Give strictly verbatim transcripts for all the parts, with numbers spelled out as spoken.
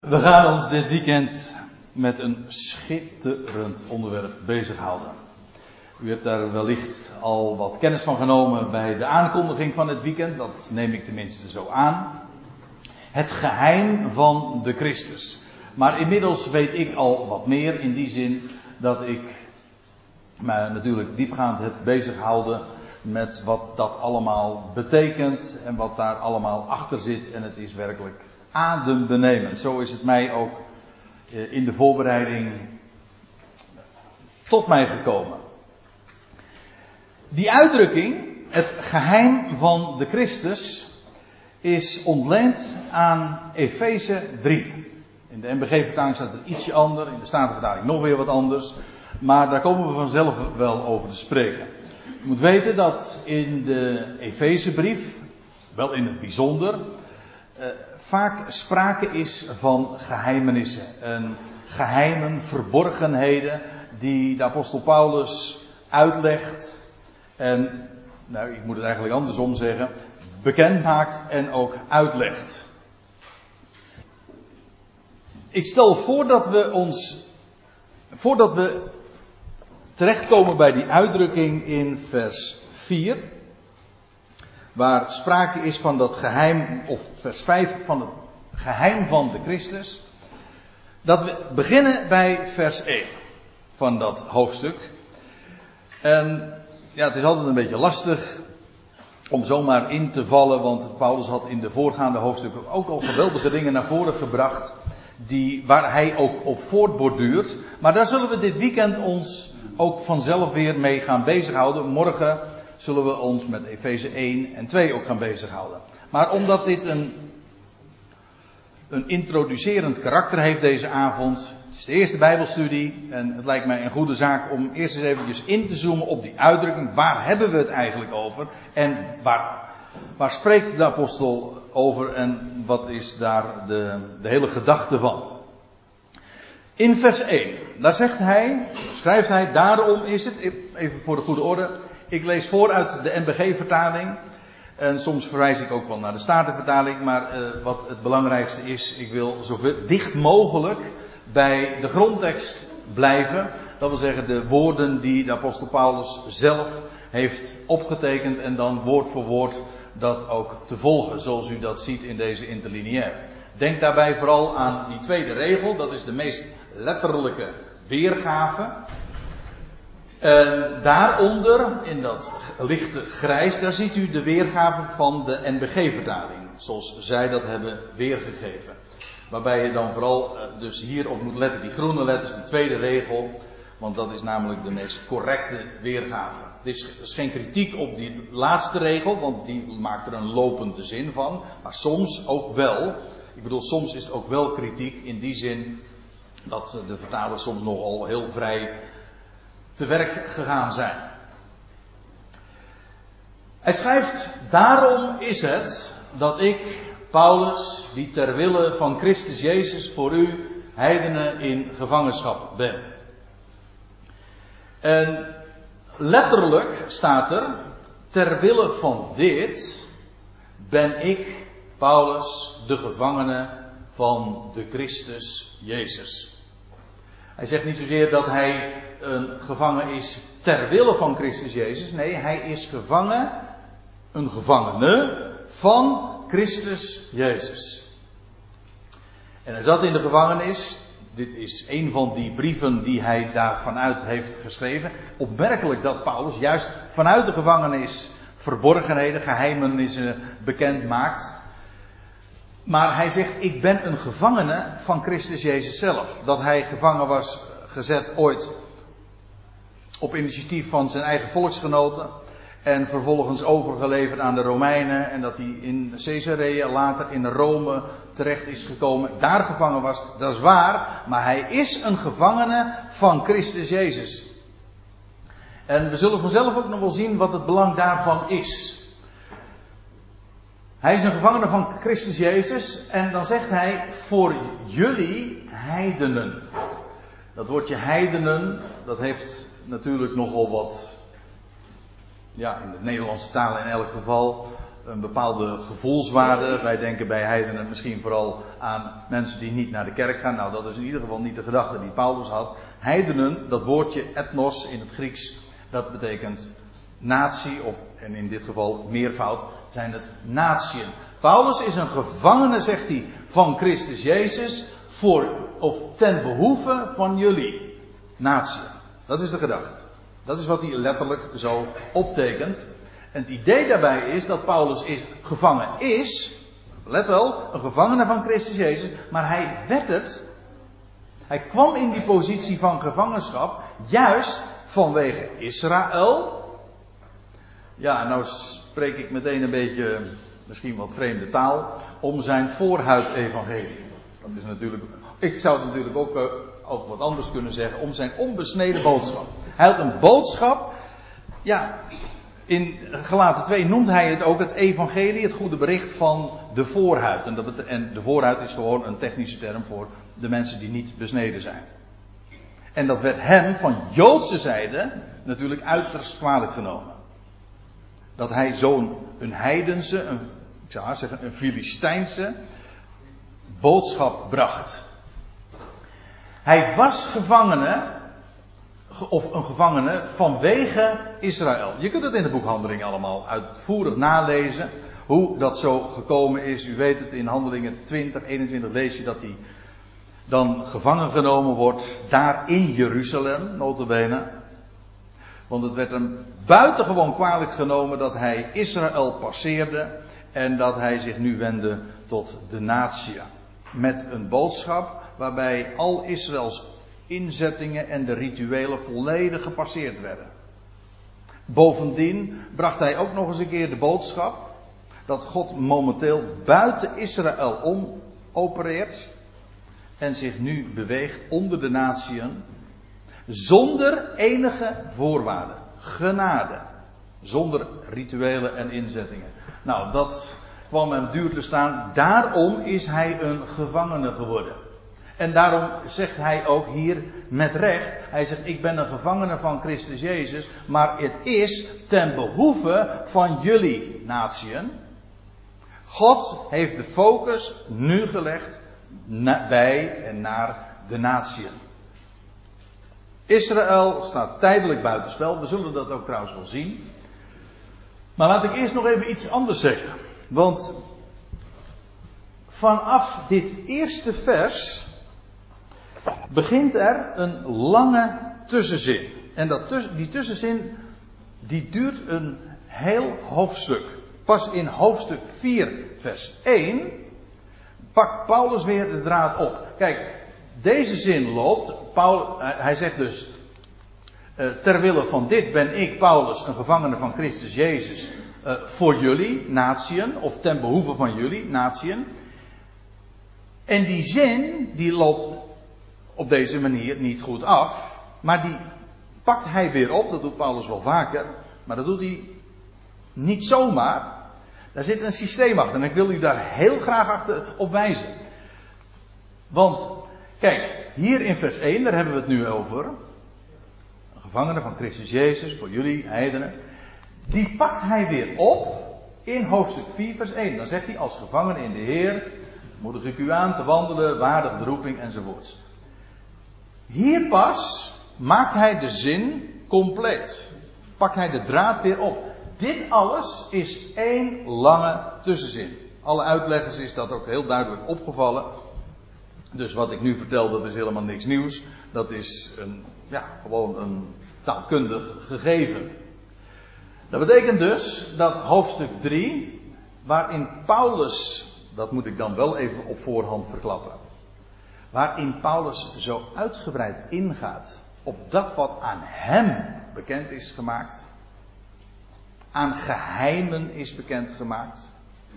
We gaan ons dit weekend met een schitterend onderwerp bezighouden. U hebt daar wellicht al wat kennis van genomen bij de aankondiging van het weekend. Dat neem ik tenminste zo aan. Het geheim van de Christus. Maar inmiddels weet ik al wat meer in die zin dat ik me natuurlijk diepgaand heb bezighouden met wat dat allemaal betekent en wat daar allemaal achter zit. En het is werkelijk adembenemend. Zo is het mij ook in de voorbereiding tot mij gekomen. Die uitdrukking, het geheim van de Christus, is ontleend aan Efeze drie. In de N B G-vertaling staat het ietsje anders, in de Statenvertaling nog weer wat anders. Maar daar komen we vanzelf wel over te spreken. Je moet weten dat in de Efezebrief, wel in het bijzonder, uh, vaak sprake is van geheimenissen. En geheimen, verborgenheden die de apostel Paulus uitlegt. En, nou ik moet het eigenlijk andersom zeggen, bekend maakt en ook uitlegt. Ik stel voor dat we ons, voordat we terechtkomen bij die uitdrukking in vers vier, waar sprake is van dat geheim, of vers vijf van het geheim van de Christus, dat we beginnen bij vers één van dat hoofdstuk. En ja, het is altijd een beetje lastig om zomaar in te vallen, want Paulus had in de voorgaande hoofdstukken ook al geweldige dingen naar voren gebracht, die, waar hij ook op voortborduurt. Maar daar zullen we dit weekend ons ook vanzelf weer mee gaan bezighouden. Morgen zullen we ons met Efeze één en twee ook gaan bezighouden. Maar omdat dit een, een introducerend karakter heeft deze avond, het is de eerste Bijbelstudie en het lijkt mij een goede zaak om eerst eens eventjes in te zoomen op die uitdrukking. Waar hebben we het eigenlijk over? En waar, waar spreekt de apostel over en wat is daar de, de hele gedachte van? In vers één, daar zegt hij, schrijft hij, daarom is het, even voor de goede orde, ik lees voor uit de N B G-vertaling. En soms verwijs ik ook wel naar de Statenvertaling, maar uh, wat het belangrijkste is, ik wil zo dicht mogelijk bij de grondtekst blijven. Dat wil zeggen de woorden die de apostel Paulus zelf heeft opgetekend en dan woord voor woord dat ook te volgen, zoals u dat ziet in deze interlineair. Denk daarbij vooral aan die tweede regel, dat is de meest letterlijke weergave. En daaronder, in dat lichte grijs, daar ziet u de weergave van de N B G-vertaling, zoals zij dat hebben weergegeven. Waarbij je dan vooral dus hierop moet letten, die groene letters, de tweede regel, want dat is namelijk de meest correcte weergave. Er is, er is geen kritiek op die laatste regel, want die maakt er een lopende zin van, maar soms ook wel. Ik bedoel, soms is het ook wel kritiek in die zin dat de vertalers soms nogal heel vrij te werk gegaan zijn. Hij schrijft, daarom is het dat ik, Paulus, die ter wille van Christus Jezus voor u, heidenen, in gevangenschap ben. En letterlijk staat er, ter wille van dit ben ik, Paulus, de gevangene van de Christus Jezus. Hij zegt niet zozeer dat hij een gevangen is ter wille van Christus Jezus. Nee, hij is gevangen, een gevangene van Christus Jezus. En hij zat in de gevangenis. Dit is een van die brieven die hij daarvanuit heeft geschreven. Opmerkelijk dat Paulus juist vanuit de gevangenis verborgenheden, geheimenissen bekend maakt. Maar hij zegt, ik ben een gevangene van Christus Jezus zelf. Dat hij gevangen was gezet ooit op initiatief van zijn eigen volksgenoten. En vervolgens overgeleverd aan de Romeinen. En dat hij in Caesarea, later in Rome terecht is gekomen. Daar gevangen was, dat is waar. Maar hij is een gevangene van Christus Jezus. En we zullen vanzelf ook nog wel zien wat het belang daarvan is. Hij is een gevangene van Christus Jezus. En dan zegt hij, voor jullie heidenen. Dat woordje heidenen, dat heeft natuurlijk nogal wat, ja, in de Nederlandse taal in elk geval, een bepaalde gevoelswaarde. Wij denken bij heidenen misschien vooral aan mensen die niet naar de kerk gaan. Nou, dat is in ieder geval niet de gedachte die Paulus had. Heidenen, dat woordje ethnos in het Grieks, dat betekent natie, of en in dit geval meervoud, zijn het natieën. Paulus is een gevangene, zegt hij, van Christus Jezus, voor, of ten behoeve van jullie, natieën. Dat is de gedachte. Dat is wat hij letterlijk zo optekent. En het idee daarbij is dat Paulus is, gevangen is, let wel, een gevangene van Christus Jezus, maar hij werd het, hij kwam in die positie van gevangenschap, juist vanwege Israël. Ja, nou spreek ik meteen een beetje, misschien wat vreemde taal, om zijn voorhuid-evangelie. Dat is natuurlijk, ik zou het natuurlijk ook, uh, ook wat anders kunnen zeggen, om zijn onbesneden boodschap. Hij had een boodschap, ja, in Galaten twee noemt hij het ook het evangelie, het goede bericht van de voorhuid. En, dat, en de voorhuid is gewoon een technische term voor de mensen die niet besneden zijn. En dat werd hem van Joodse zijde natuurlijk uiterst kwalijk genomen. Dat hij zo'n een heidense, een, ik zou haar zeggen een Filistijnse boodschap bracht. Hij was gevangene, of een gevangene vanwege Israël. Je kunt het in de boek Handelingen allemaal uitvoerig nalezen. Hoe dat zo gekomen is. U weet het, in Handelingen twintig, eenentwintig lees je dat hij dan gevangen genomen wordt. Daar in Jeruzalem, nota bene. Want het werd hem buitengewoon kwalijk genomen dat hij Israël passeerde. En dat hij zich nu wendde tot de natie. Met een boodschap waarbij al Israëls inzettingen en de rituelen volledig gepasseerd werden. Bovendien bracht hij ook nog eens een keer de boodschap dat God momenteel buiten Israël om opereert en zich nu beweegt onder de natieën zonder enige voorwaarden, genade, zonder rituelen en inzettingen. Nou, dat kwam hem duur te staan. Daarom is hij een gevangene geworden. En daarom zegt hij ook hier met recht, hij zegt ik ben een gevangene van Christus Jezus, maar het is ten behoeve van jullie natieën. God heeft de focus nu gelegd na, bij en naar de natieën. Israël staat tijdelijk buitenspel, we zullen dat ook trouwens wel zien. Maar laat ik eerst nog even iets anders zeggen. Want vanaf dit eerste vers begint er een lange tussenzin. En dat tuss- die tussenzin die duurt een heel hoofdstuk. Pas in hoofdstuk vier vers één pakt Paulus weer de draad op. Kijk, deze zin loopt. Paul, hij zegt dus, uh, terwille van dit ben ik, Paulus, een gevangene van Christus Jezus, uh, voor jullie, natieën, of ten behoeve van jullie, natieën. En die zin, die loopt op deze manier niet goed af, maar die pakt hij weer op, dat doet Paulus wel vaker, maar dat doet hij niet zomaar. Daar zit een systeem achter en ik wil u daar heel graag achter op wijzen. Want, kijk, hier in vers één, daar hebben we het nu over. Een gevangene van Christus Jezus, voor jullie, heidenen. Die pakt hij weer op in hoofdstuk vier vers één. Dan zegt hij, als gevangene in de Heer, moedig ik u aan te wandelen, waardig de roeping enzovoorts. Hier pas maakt hij de zin compleet. Pakt hij de draad weer op. Dit alles is één lange tussenzin. Alle uitleggers is dat ook heel duidelijk opgevallen. Dus wat ik nu vertel, dat is helemaal niks nieuws. Dat is een, ja, gewoon een taalkundig gegeven. Dat betekent dus dat hoofdstuk drie, waarin Paulus, dat moet ik dan wel even op voorhand verklappen, waarin Paulus zo uitgebreid ingaat op dat wat aan hem bekend is gemaakt, aan geheimen is bekendgemaakt,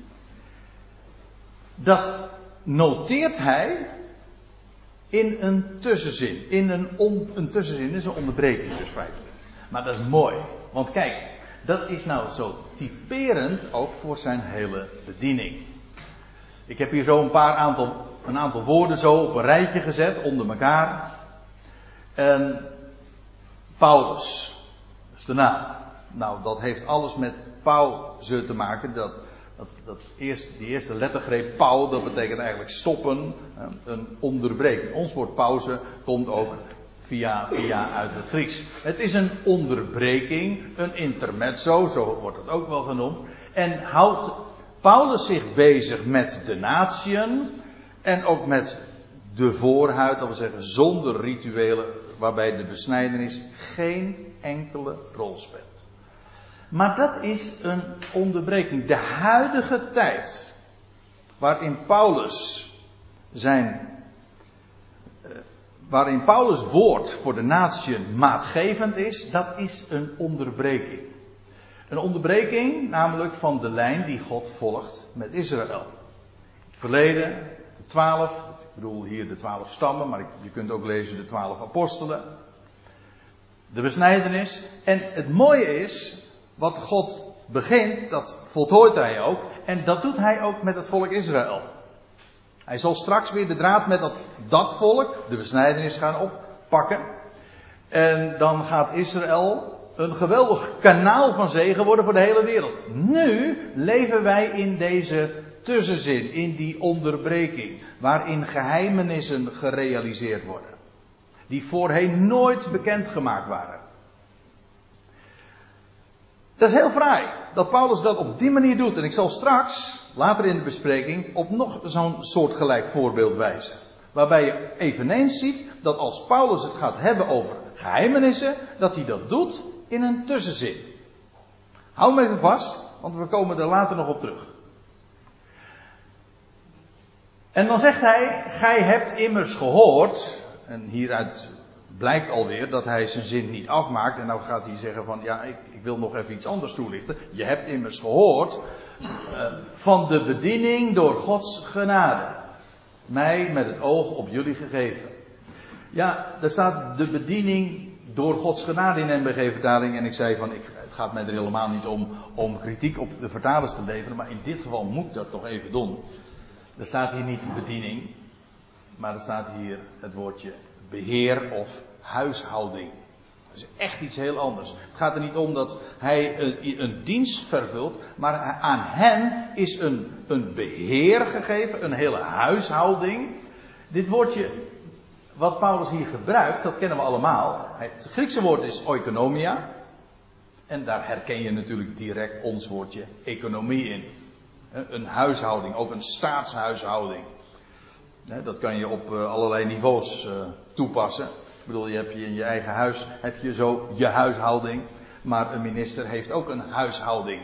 dat noteert hij in een tussenzin. In een, on, een tussenzin is een onderbreking dus feitelijk. Maar dat is mooi. Want kijk, dat is nou zo typerend ook voor zijn hele bediening. Ik heb hier zo een paar aantal, een aantal woorden zo op een rijtje gezet onder elkaar. En Paulus, dat is de naam. Nou, dat heeft alles met pauze te maken. Dat Dat, dat eerste, die eerste lettergreep pauw, dat betekent eigenlijk stoppen, een onderbreking. Ons woord pauze komt ook via, via uit het Grieks. Het is een onderbreking, een intermezzo, zo wordt het ook wel genoemd. En houdt Paulus zich bezig met de natieën en ook met de voorhuid, dat wil zeggen zonder rituelen, waarbij de besnijdenis geen enkele rol speelt. Maar dat is een onderbreking. De huidige tijd, waarin Paulus zijn, uh, waarin Paulus woord voor de natieën maatgevend is, dat is een onderbreking. Een onderbreking namelijk van de lijn die God volgt met Israël. Het verleden, de twaalf, ik bedoel hier de twaalf stammen, maar je kunt ook lezen de twaalf apostelen. De besnijdenis. En het mooie is, wat God begint, dat voltooit hij ook. En dat doet hij ook met het volk Israël. Hij zal straks weer de draad met dat, dat volk, de besnijdenis, gaan oppakken. En dan gaat Israël een geweldig kanaal van zegen worden voor de hele wereld. Nu leven wij in deze tussenzin, in die onderbreking, waarin geheimenissen gerealiseerd worden. Die voorheen nooit bekendgemaakt waren. Dat is heel fraai, dat Paulus dat op die manier doet. En ik zal straks, later in de bespreking, op nog zo'n soortgelijk voorbeeld wijzen. Waarbij je eveneens ziet dat als Paulus het gaat hebben over geheimenissen, dat hij dat doet in een tussenzin. Hou me even vast, want we komen er later nog op terug. En dan zegt hij, gij hebt immers gehoord, en hieruit blijkt alweer dat hij zijn zin niet afmaakt. En nou gaat hij zeggen van, ja, ik, ik wil nog even iets anders toelichten. Je hebt immers gehoord uh, van de bediening door Gods genade. Mij met het oog op jullie gegeven. Ja, daar staat de bediening door Gods genade in N B G-vertaling. En ik zei van, ik, het gaat mij er helemaal niet om, om kritiek op de vertalers te leveren. Maar in dit geval moet ik dat toch even doen. Er staat hier niet bediening. Maar er staat hier het woordje beheer of huishouding. Dat is echt iets heel anders. Het gaat er niet om dat hij een, een dienst vervult, maar aan hem is een, een beheer gegeven, een hele huishouding. Dit woordje wat Paulus hier gebruikt, dat kennen we allemaal. Het Griekse woord is oikonomia. En daar herken je natuurlijk direct ons woordje economie in. Een huishouding, ook een staatshuishouding. Dat kan je op allerlei niveaus uh, toepassen. Ik bedoel, je hebt je in je eigen huis, heb je zo je huishouding. Maar een minister heeft ook een huishouding.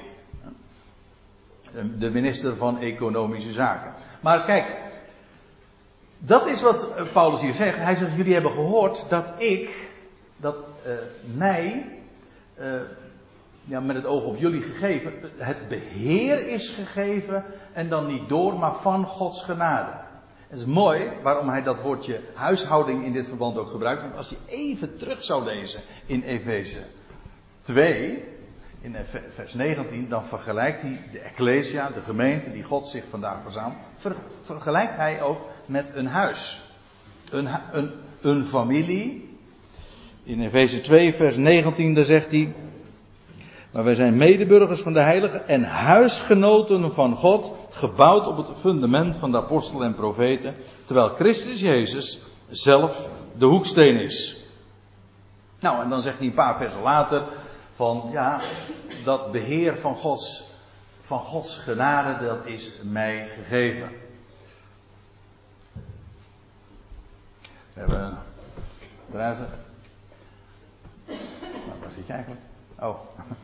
De minister van Economische Zaken. Maar kijk, dat is wat Paulus hier zegt. Hij zegt, jullie hebben gehoord dat ik, dat uh, mij, uh, ja, met het oog op jullie gegeven, het beheer is gegeven. En dan niet door, maar van Gods genade. Het is mooi waarom hij dat woordje huishouding in dit verband ook gebruikt. Want als je even terug zou lezen in Efeze twee, in vers negentien, dan vergelijkt hij de Ecclesia, de gemeente die God zich vandaag verzamelt, ver, vergelijkt hij ook met een huis. Een, een, een familie. In Efeze twee, vers negentien, daar zegt hij, maar wij zijn medeburgers van de heiligen en huisgenoten van God, gebouwd op het fundament van de apostelen en profeten, terwijl Christus Jezus zelf de hoeksteen is. Nou, en dan zegt hij een paar versen later van, ja, dat beheer van Gods, van Gods genade, dat is mij gegeven. We hebben, Therese, nou, waar zit je eigenlijk? Oh.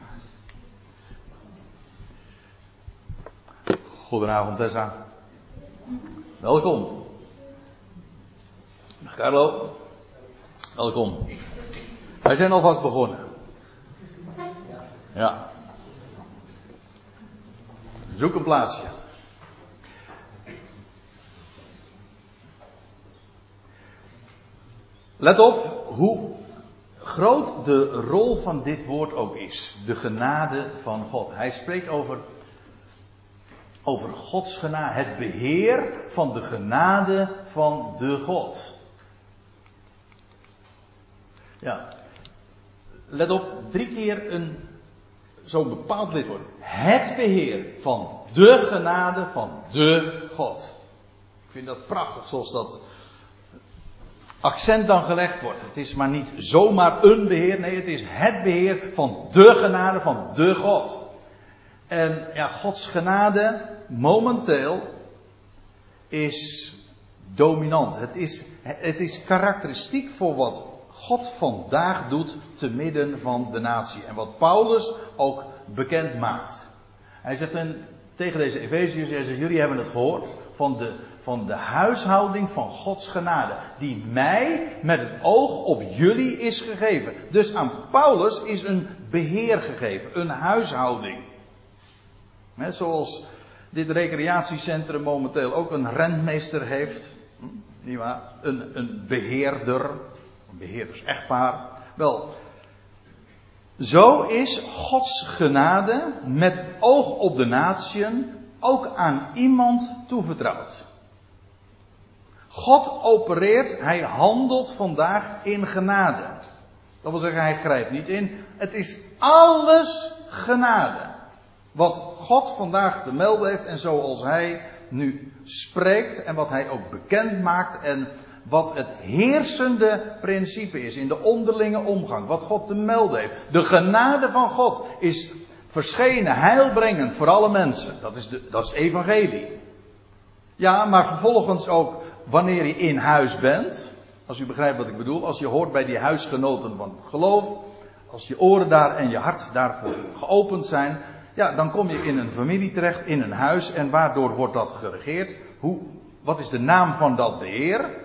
Goedenavond Tessa. Welkom. Carlo. Welkom. Wij zijn alvast begonnen. Ja. Zoek een plaatsje. Let op hoe groot de rol van dit woord ook is. De genade van God. Hij spreekt over, over Gods genade. Het beheer van de genade van de God. Ja. Let op, drie keer een zo'n bepaald lidwoord. Het beheer van de genade van de God. Ik vind dat prachtig zoals dat accent dan gelegd wordt. Het is maar niet zomaar een beheer. Nee, het is het beheer van de genade van de God. En ja, Gods genade momenteel is dominant. Het is, het is karakteristiek voor wat God vandaag doet te midden van de natie. En wat Paulus ook bekend maakt. Hij zegt en, tegen deze Efeziërs, hij zegt, jullie hebben het gehoord van de, van de huishouding van Gods genade. Die mij met het oog op jullie is gegeven. Dus aan Paulus is een beheer gegeven. Een huishouding. He, zoals dit recreatiecentrum momenteel ook een rentmeester heeft. Hm, niet waar? Een, een beheerder. Een beheerders-echtpaar. Wel, zo is Gods genade met oog op de natieën ook aan iemand toevertrouwd. God opereert, hij handelt vandaag in genade. Dat wil zeggen, hij grijpt niet in. Het is alles genade. Wat God vandaag te melden heeft en zoals hij nu spreekt en wat hij ook bekend maakt en wat het heersende principe is in de onderlinge omgang. Wat God te melden heeft. De genade van God is verschenen, heilbrengend voor alle mensen. Dat is, de, dat is het evangelie. Ja, maar vervolgens ook wanneer je in huis bent. Als u begrijpt wat ik bedoel. Als je hoort bij die huisgenoten van het geloof. Als je oren daar en je hart daarvoor geopend zijn. Ja, dan kom je in een familie terecht, in een huis. En waardoor wordt dat geregeerd? Hoe, wat is de naam van dat beheer?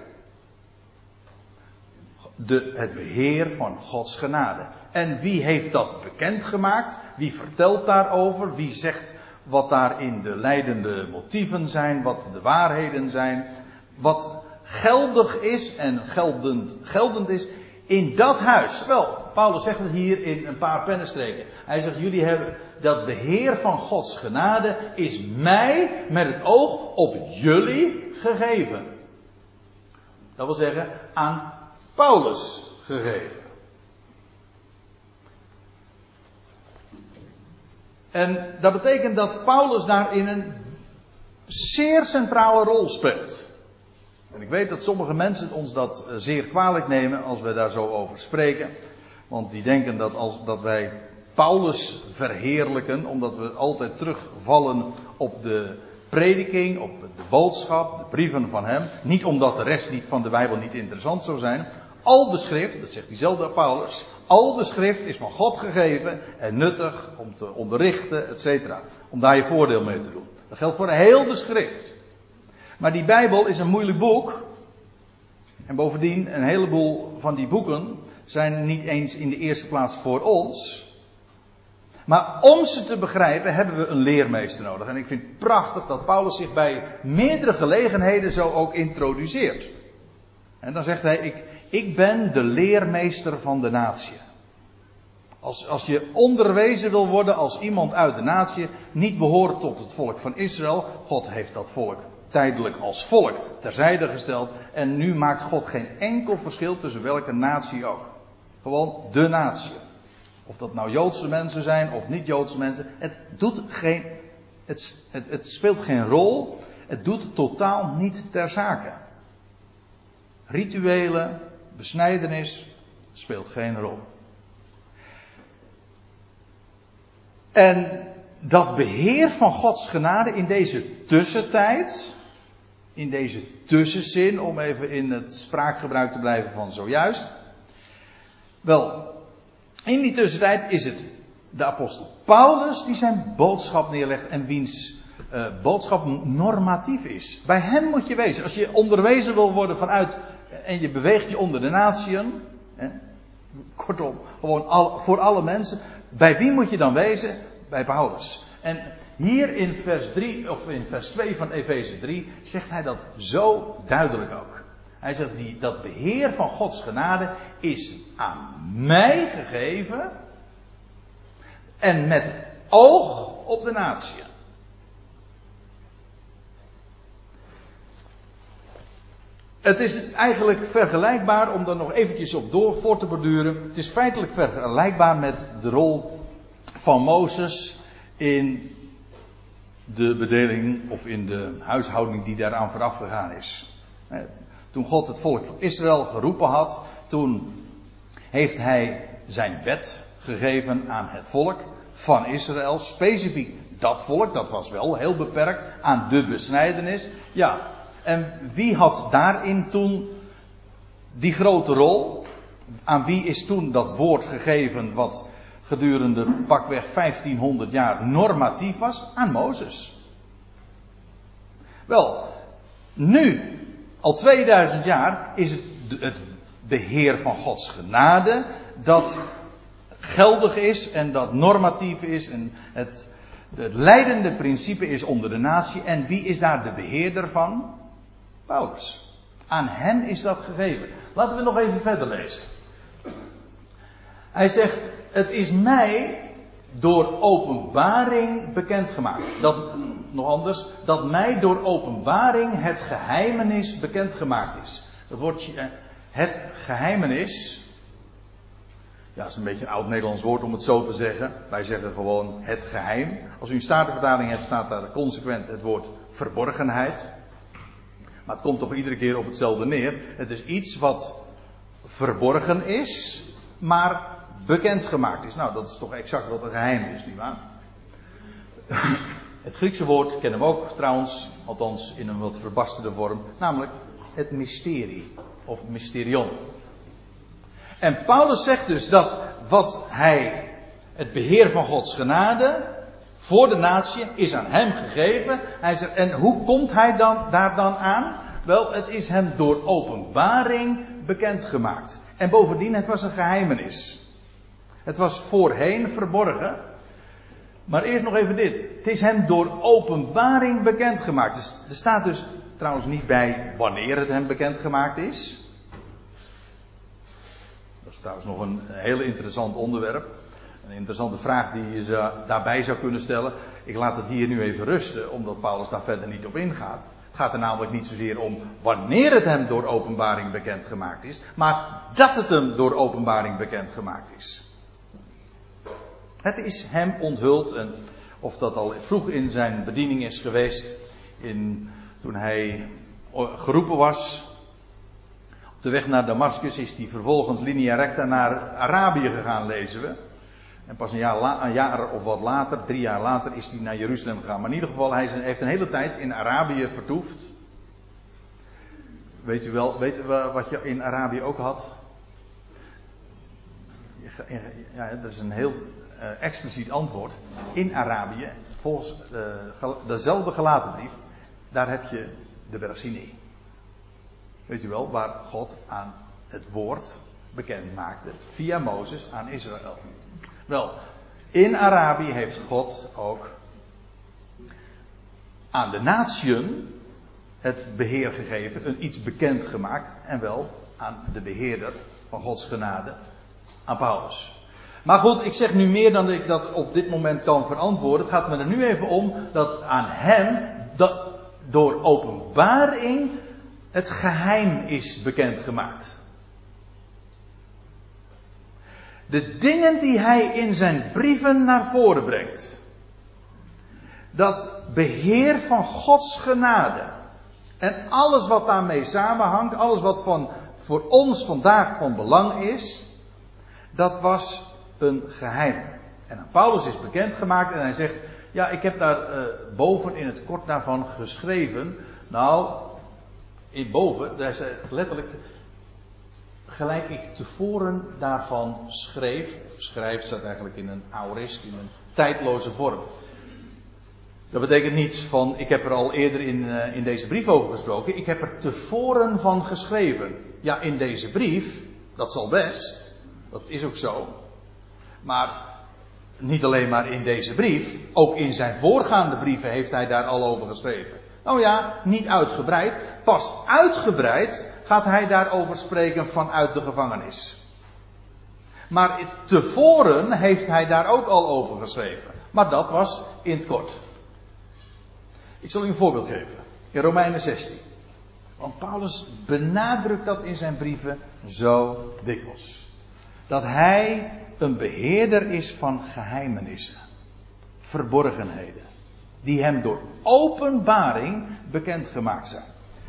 De, het beheer van Gods genade. En wie heeft dat bekendgemaakt? Wie vertelt daarover? Wie zegt wat daarin de leidende motieven zijn? Wat de waarheden zijn? Wat geldig is en geldend, geldend is in dat huis. Wel, Paulus zegt het hier in een paar pennenstreken. Hij zegt, jullie hebben dat beheer van Gods genade is mij met het oog op jullie gegeven. Dat wil zeggen, aan Paulus gegeven. En dat betekent dat Paulus daarin een zeer centrale rol speelt. En ik weet dat sommige mensen ons dat zeer kwalijk nemen als we daar zo over spreken. Want die denken dat, als, dat wij Paulus verheerlijken, omdat we altijd terugvallen op de prediking, op de boodschap, de brieven van hem. Niet omdat de rest niet van de Bijbel niet interessant zou zijn. Al de schrift, dat zegt diezelfde Paulus, al de schrift is van God gegeven en nuttig om te onderrichten, et cetera. Om daar je voordeel mee te doen. Dat geldt voor heel de schrift. Maar die Bijbel is een moeilijk boek. En bovendien, een heleboel van die boeken zijn niet eens in de eerste plaats voor ons. Maar om ze te begrijpen hebben we een leermeester nodig. En ik vind het prachtig dat Paulus zich bij meerdere gelegenheden zo ook introduceert. En dan zegt hij, ik, ik ben de leermeester van de natie. Als, als je onderwezen wil worden als iemand uit de natie, niet behoort tot het volk van Israël. God heeft dat volk tijdelijk als volk terzijde gesteld. En nu maakt God geen enkel verschil tussen welke natie ook. Gewoon de natie. Of dat nou Joodse mensen zijn of niet Joodse mensen. Het doet geen, het, het, het speelt geen rol. Het doet totaal niet ter zake. Rituelen, besnijdenis, speelt geen rol. En dat beheer van Gods genade in deze tussentijd, in deze tussenzin, om even in het spraakgebruik te blijven van zojuist. Wel, in die tussentijd is het de apostel Paulus die zijn boodschap neerlegt en wiens uh, boodschap normatief is. Bij hem moet je wezen. Als je onderwezen wil worden vanuit en je beweegt je onder de natieën, hè, kortom, gewoon al, voor alle mensen. Bij wie moet je dan wezen? Bij Paulus. En hier in vers drie, of in vers twee van Efeze drie, zegt hij dat zo duidelijk ook. Hij zegt, die, dat beheer van Gods genade is aan mij gegeven. En met oog op de natie. Het is eigenlijk vergelijkbaar, om daar nog eventjes op door voor te borduren. Het is feitelijk vergelijkbaar met de rol van Mozes in de bedeling of in de huishouding die daaraan vooraf gegaan is. Toen God het volk van Israël geroepen had, toen heeft hij zijn wet gegeven aan het volk van Israël, specifiek dat volk, dat was wel heel beperkt aan de besnijdenis. Ja, en wie had daarin toen die grote rol? Aan wie is toen dat woord gegeven wat gedurende pakweg vijftienhonderd jaar normatief was? Aan Mozes. Wel, nu, al tweeduizend jaar, is het het beheer van Gods genade dat geldig is en dat normatief is en het, het leidende principe is onder de natie. En wie is daar de beheerder van? Paulus. Aan hem is dat gegeven. Laten we nog even verder lezen. Hij zegt, het is mij door openbaring bekendgemaakt. Dat, nog anders, dat mij door openbaring het geheimenis bekendgemaakt is. Dat woordje, het geheimenis, ja, dat is een beetje een oud Nederlands woord om het zo te zeggen. Wij zeggen gewoon het geheim. Als u een statenvertaling hebt, staat daar consequent het woord verborgenheid. Maar het komt toch iedere keer op hetzelfde neer. Het is iets wat verborgen is, maar bekendgemaakt is. Nou, dat is toch exact wat een geheim is, nietwaar? Het Griekse woord kennen we ook trouwens, althans in een wat verbasterde vorm, namelijk het mysterie, of mysterion. En Paulus zegt dus dat wat hij, het beheer van Gods genade voor de natie, is aan hem gegeven. Hij zegt, en hoe komt hij dan, daar dan aan? Wel, het is hem door openbaring bekendgemaakt. En bovendien, het was een geheimenis. Het was voorheen verborgen. Maar eerst nog even dit. Het is hem door openbaring bekendgemaakt. Dus er staat dus trouwens niet bij wanneer het hem bekendgemaakt is. Dat is trouwens nog een heel interessant onderwerp. Een interessante vraag die je daarbij zou kunnen stellen. Ik laat het hier nu even rusten, omdat Paulus daar verder niet op ingaat. Het gaat er namelijk niet zozeer om wanneer het hem door openbaring bekendgemaakt is, maar dat het hem door openbaring bekendgemaakt is. Het is hem onthuld, en of dat al vroeg in zijn bediening is geweest, in, toen hij geroepen was. Op de weg naar Damascus is hij vervolgens linea recta naar Arabië gegaan, lezen we. En pas een jaar, la, een jaar of wat later, drie jaar later, is hij naar Jeruzalem gegaan. Maar in ieder geval, hij heeft een hele tijd in Arabië vertoefd. Weet u wel, weet u wat je in Arabië ook had? Ja, dat is een heel uh, expliciet antwoord. In Arabië, volgens uh, dezelfde gelatenbrief, daar heb je de berg Sinai. Weet u wel, waar God aan het woord bekend maakte, via Mozes aan Israël. Wel, in Arabië heeft God ook aan de natieën het beheer gegeven, een iets bekend gemaakt, en wel aan de beheerder van Gods genade, aan Paulus. Maar goed, ik zeg nu meer dan ik dat op dit moment kan verantwoorden. Het gaat me er nu even om dat aan hem, dat door openbaring, het geheim is bekendgemaakt. De dingen die hij in zijn brieven naar voren brengt. Dat beheer van Gods genade. En alles wat daarmee samenhangt. Alles wat van, voor ons vandaag van belang is. Dat was een geheim. En aan Paulus is bekendgemaakt. En hij zegt. Ja, ik heb daar uh, boven in het kort daarvan geschreven. Nou, in boven. Daar is letterlijk. Gelijk ik tevoren daarvan schreef, of schrijf staat eigenlijk in een aorist, in een tijdloze vorm. Dat betekent niet van, ik heb er al eerder in, uh, in deze brief over gesproken, ik heb er tevoren van geschreven. Ja, in deze brief, dat zal best, dat is ook zo. Maar niet alleen maar in deze brief, ook in zijn voorgaande brieven heeft hij daar al over geschreven. Nou ja, niet uitgebreid, pas uitgebreid gaat hij daarover spreken vanuit de gevangenis. Maar tevoren heeft hij daar ook al over geschreven. Maar dat was in het kort. Ik zal u een voorbeeld geven. In Romeinen zestien. Want Paulus benadrukt dat in zijn brieven zo dikwijls. Dat hij een beheerder is van geheimenissen. Verborgenheden. Die hem door openbaring bekendgemaakt zijn.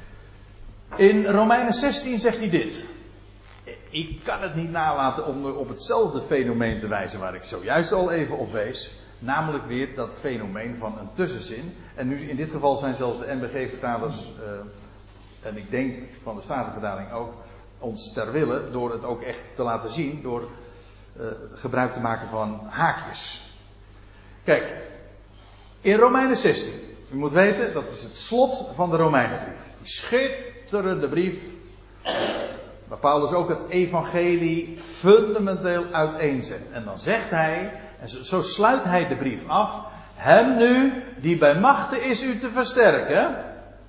In Romeinen zestien zegt hij dit. Ik kan het niet nalaten om op hetzelfde fenomeen te wijzen waar ik zojuist al even op wees. Namelijk weer dat fenomeen van een tussenzin. En nu in dit geval zijn zelfs de N B G-vertalers, uh, en ik denk van de Statenvertaling ook, ons ter wille door het ook echt te laten zien, door uh, gebruik te maken van haakjes. Kijk, in Romeinen zestien, u moet weten, dat is het slot van de Romeinenbrief. Die schitterende brief, waar Paulus ook het evangelie fundamenteel uiteenzet. En dan zegt hij, en zo, zo sluit hij de brief af, hem nu die bij machte is u te versterken.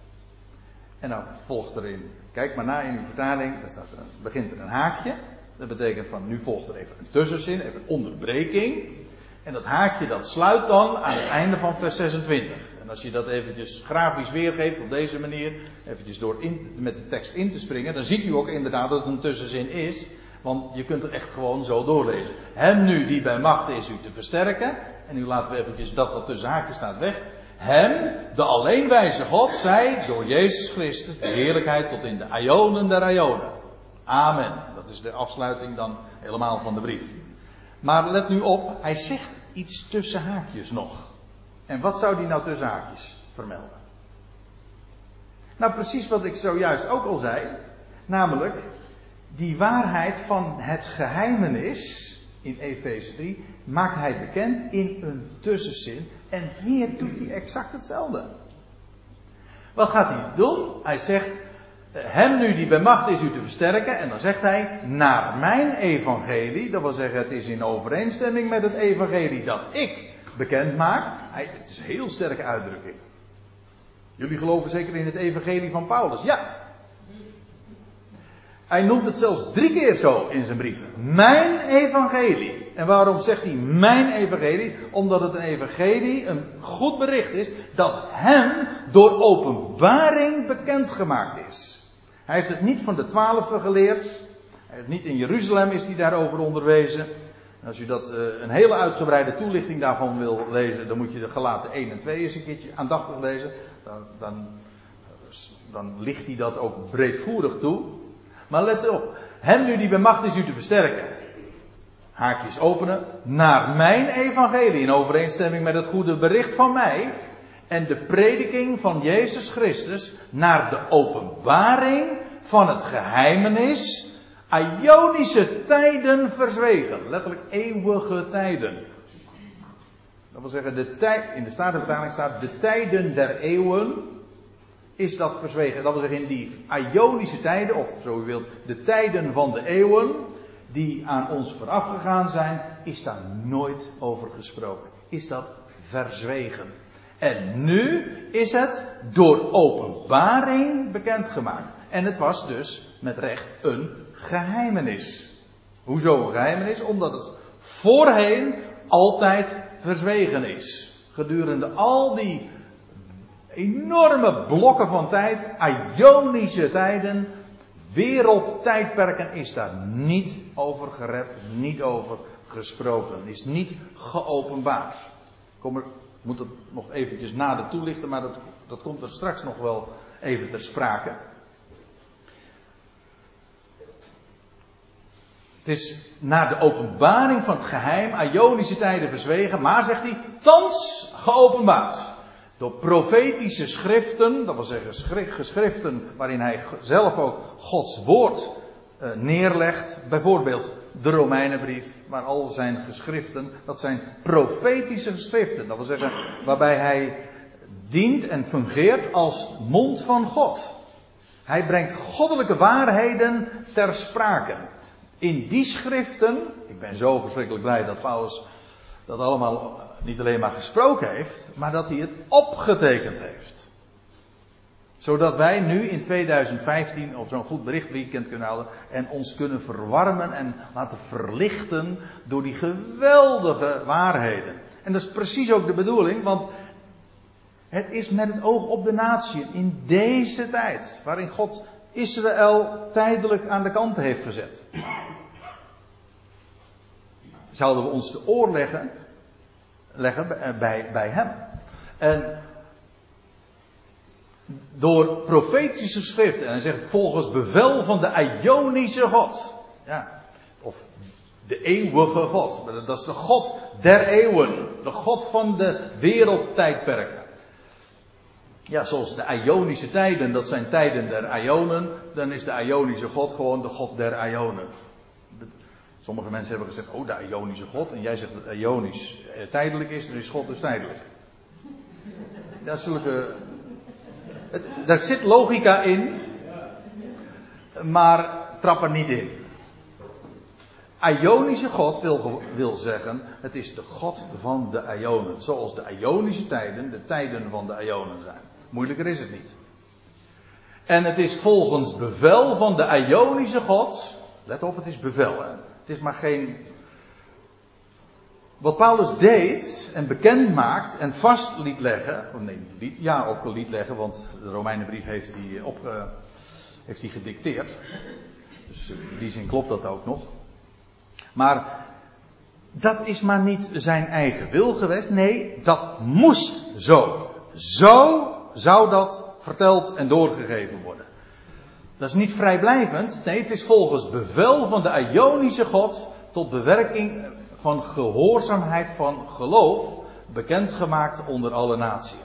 En dan volgt erin, kijk maar na in uw vertaling, daar staat er, begint er een haakje. Dat betekent van, nu volgt er even een tussenzin, even een onderbreking. En dat haakje dat sluit dan aan het einde van vers zesentwintig. En als je dat eventjes grafisch weergeeft op deze manier, eventjes door in, met de tekst in te springen, dan ziet u ook inderdaad dat het een tussenzin is. Want je kunt er echt gewoon zo doorlezen. Hem nu die bij macht is u te versterken. En nu laten we eventjes dat wat tussen haakjes staat weg. Hem, de alleenwijze God, zij door Jezus Christus de heerlijkheid tot in de aionen der aionen. Amen. Dat is de afsluiting dan helemaal van de brief. Maar let nu op, hij zegt iets tussen haakjes nog. En wat zou die nou tussen haakjes vermelden? Nou, precies wat ik zojuist ook al zei. Namelijk, die waarheid van het geheimenis, in Efeze drie, maakt hij bekend in een tussenzin. En hier doet hij exact hetzelfde. Wat gaat hij doen? Hij zegt, hem nu die bij macht is u te versterken. En dan zegt hij, naar mijn evangelie. Dat wil zeggen, het is in overeenstemming met het evangelie dat ik bekend maak. Hij, het is een heel sterke uitdrukking. Jullie geloven zeker in het evangelie van Paulus. Ja. Hij noemt het zelfs drie keer zo in zijn brieven. Mijn evangelie. En waarom zegt hij mijn evangelie? Omdat het een evangelie, een goed bericht is, dat hem door openbaring bekendgemaakt is. Hij heeft het niet van de twaalfen geleerd. Hij heeft niet in Jeruzalem is hij daarover onderwezen. En als u dat uh, een hele uitgebreide toelichting daarvan wil lezen, dan moet je de Galaten één en twee eens een keertje aandachtig lezen. Dan, dan, dan ligt hij dat ook breedvoerig toe. Maar let op, hem nu die bij macht is u te versterken. Haakjes openen, naar mijn evangelie, in overeenstemming met het goede bericht van mij. En de prediking van Jezus Christus naar de openbaring van het geheimenis, aionische tijden verzwegen. Letterlijk eeuwige tijden. Dat wil zeggen, de tijd, in de Statenvertaling staat de tijden der eeuwen. Is dat verzwegen? Dat wil zeggen, in die aionische tijden, of zo u wilt, de tijden van de eeuwen, die aan ons voorafgegaan zijn, is daar nooit over gesproken. Is dat verzwegen. En nu is het door openbaring bekendgemaakt. En het was dus met recht een geheimenis. Hoezo een geheimenis? Omdat het voorheen altijd verzwegen is. Gedurende al die enorme blokken van tijd, aionische tijden, wereldtijdperken, is daar niet over gerept, niet over gesproken, is niet geopenbaard. Kom er, ik moet het nog eventjes nader toelichten, maar dat, dat komt er straks nog wel even ter sprake. Het is naar de openbaring van het geheim, aionische tijden verzwegen, maar zegt hij, thans geopenbaard. Door profetische schriften, dat wil zeggen geschriften waarin hij zelf ook Gods woord uh, neerlegt. Bijvoorbeeld de Romeinenbrief, maar al zijn geschriften, dat zijn profetische geschriften. Dat wil zeggen waarbij hij dient en fungeert als mond van God. Hij brengt goddelijke waarheden ter sprake. In die schriften, ik ben zo verschrikkelijk blij dat Paulus dat allemaal niet alleen maar gesproken heeft, maar dat hij het opgetekend heeft. Zodat wij nu in tweeduizend vijftien op zo'n goed berichtweekend kunnen houden en ons kunnen verwarmen en laten verlichten door die geweldige waarheden. En dat is precies ook de bedoeling, want het is met het oog op de natie in deze tijd, waarin God Israël tijdelijk aan de kant heeft gezet. zouden we ons te oor leggen, leggen bij, bij hem. En door profetische schriften, en hij zegt volgens bevel van de Ionische God. Ja, of de eeuwige God. Dat is de God der eeuwen. De God van de wereldtijdperken. Ja, zoals de Ionische tijden, dat zijn tijden der Ionen. Dan is de Ionische God gewoon de God der Ionen. Sommige mensen hebben gezegd, oh de Ionische God. En jij zegt dat Ionisch tijdelijk is, dan is God dus tijdelijk. Ja, zulke... Het, daar zit logica in. Maar trap er niet in. Ionische God wil, wil zeggen, het is de God van de Ionen. Zoals de Ionische tijden de tijden van de Ionen zijn. Moeilijker is het niet. En het is volgens bevel van de Ionische God. Let op, het is bevel. Hè? Het is maar geen... Wat Paulus deed en bekend maakt en vast liet leggen. Oh nee, niet, ja, ook liet leggen, want de Romeinenbrief heeft hij, opge, heeft hij gedicteerd. Dus in die zin klopt dat ook nog. Maar dat is maar niet zijn eigen wil geweest. Nee, dat moest zo. Zo zou dat verteld en doorgegeven worden. Dat is niet vrijblijvend. Nee, het is volgens bevel van de Ionische God tot bewerking van gehoorzaamheid van geloof bekendgemaakt onder alle naties.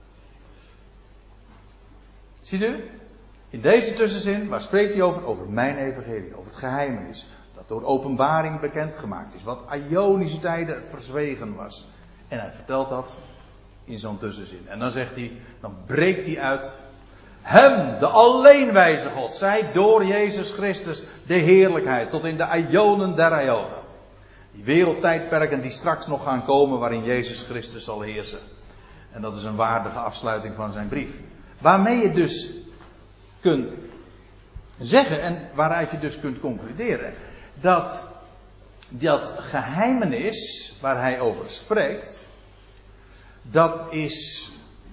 Ziet u? In deze tussenzin, waar spreekt hij over? Over mijn evangelie, over het geheimenis. Dat door openbaring bekendgemaakt is. Wat Ionische tijden verzwegen was. En hij vertelt dat in zo'n tussenzin. En dan zegt hij, dan breekt hij uit. Hem, de alleenwijze God, zij door Jezus Christus de heerlijkheid tot in de Ionen der Ionen. Die wereldtijdperken die straks nog gaan komen waarin Jezus Christus zal heersen. En dat is een waardige afsluiting van zijn brief. Waarmee je dus kunt zeggen en waaruit je dus kunt concluderen dat dat geheimenis waar hij over spreekt, dat is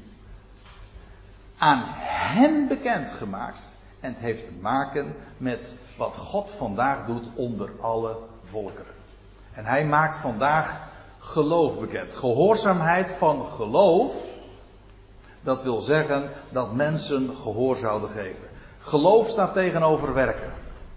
aan hem bekendgemaakt en het heeft te maken met wat God vandaag doet onder alle volkeren. En hij maakt vandaag geloof bekend. Gehoorzaamheid van geloof, dat wil zeggen dat mensen gehoor zouden geven. Geloof staat tegenover werken.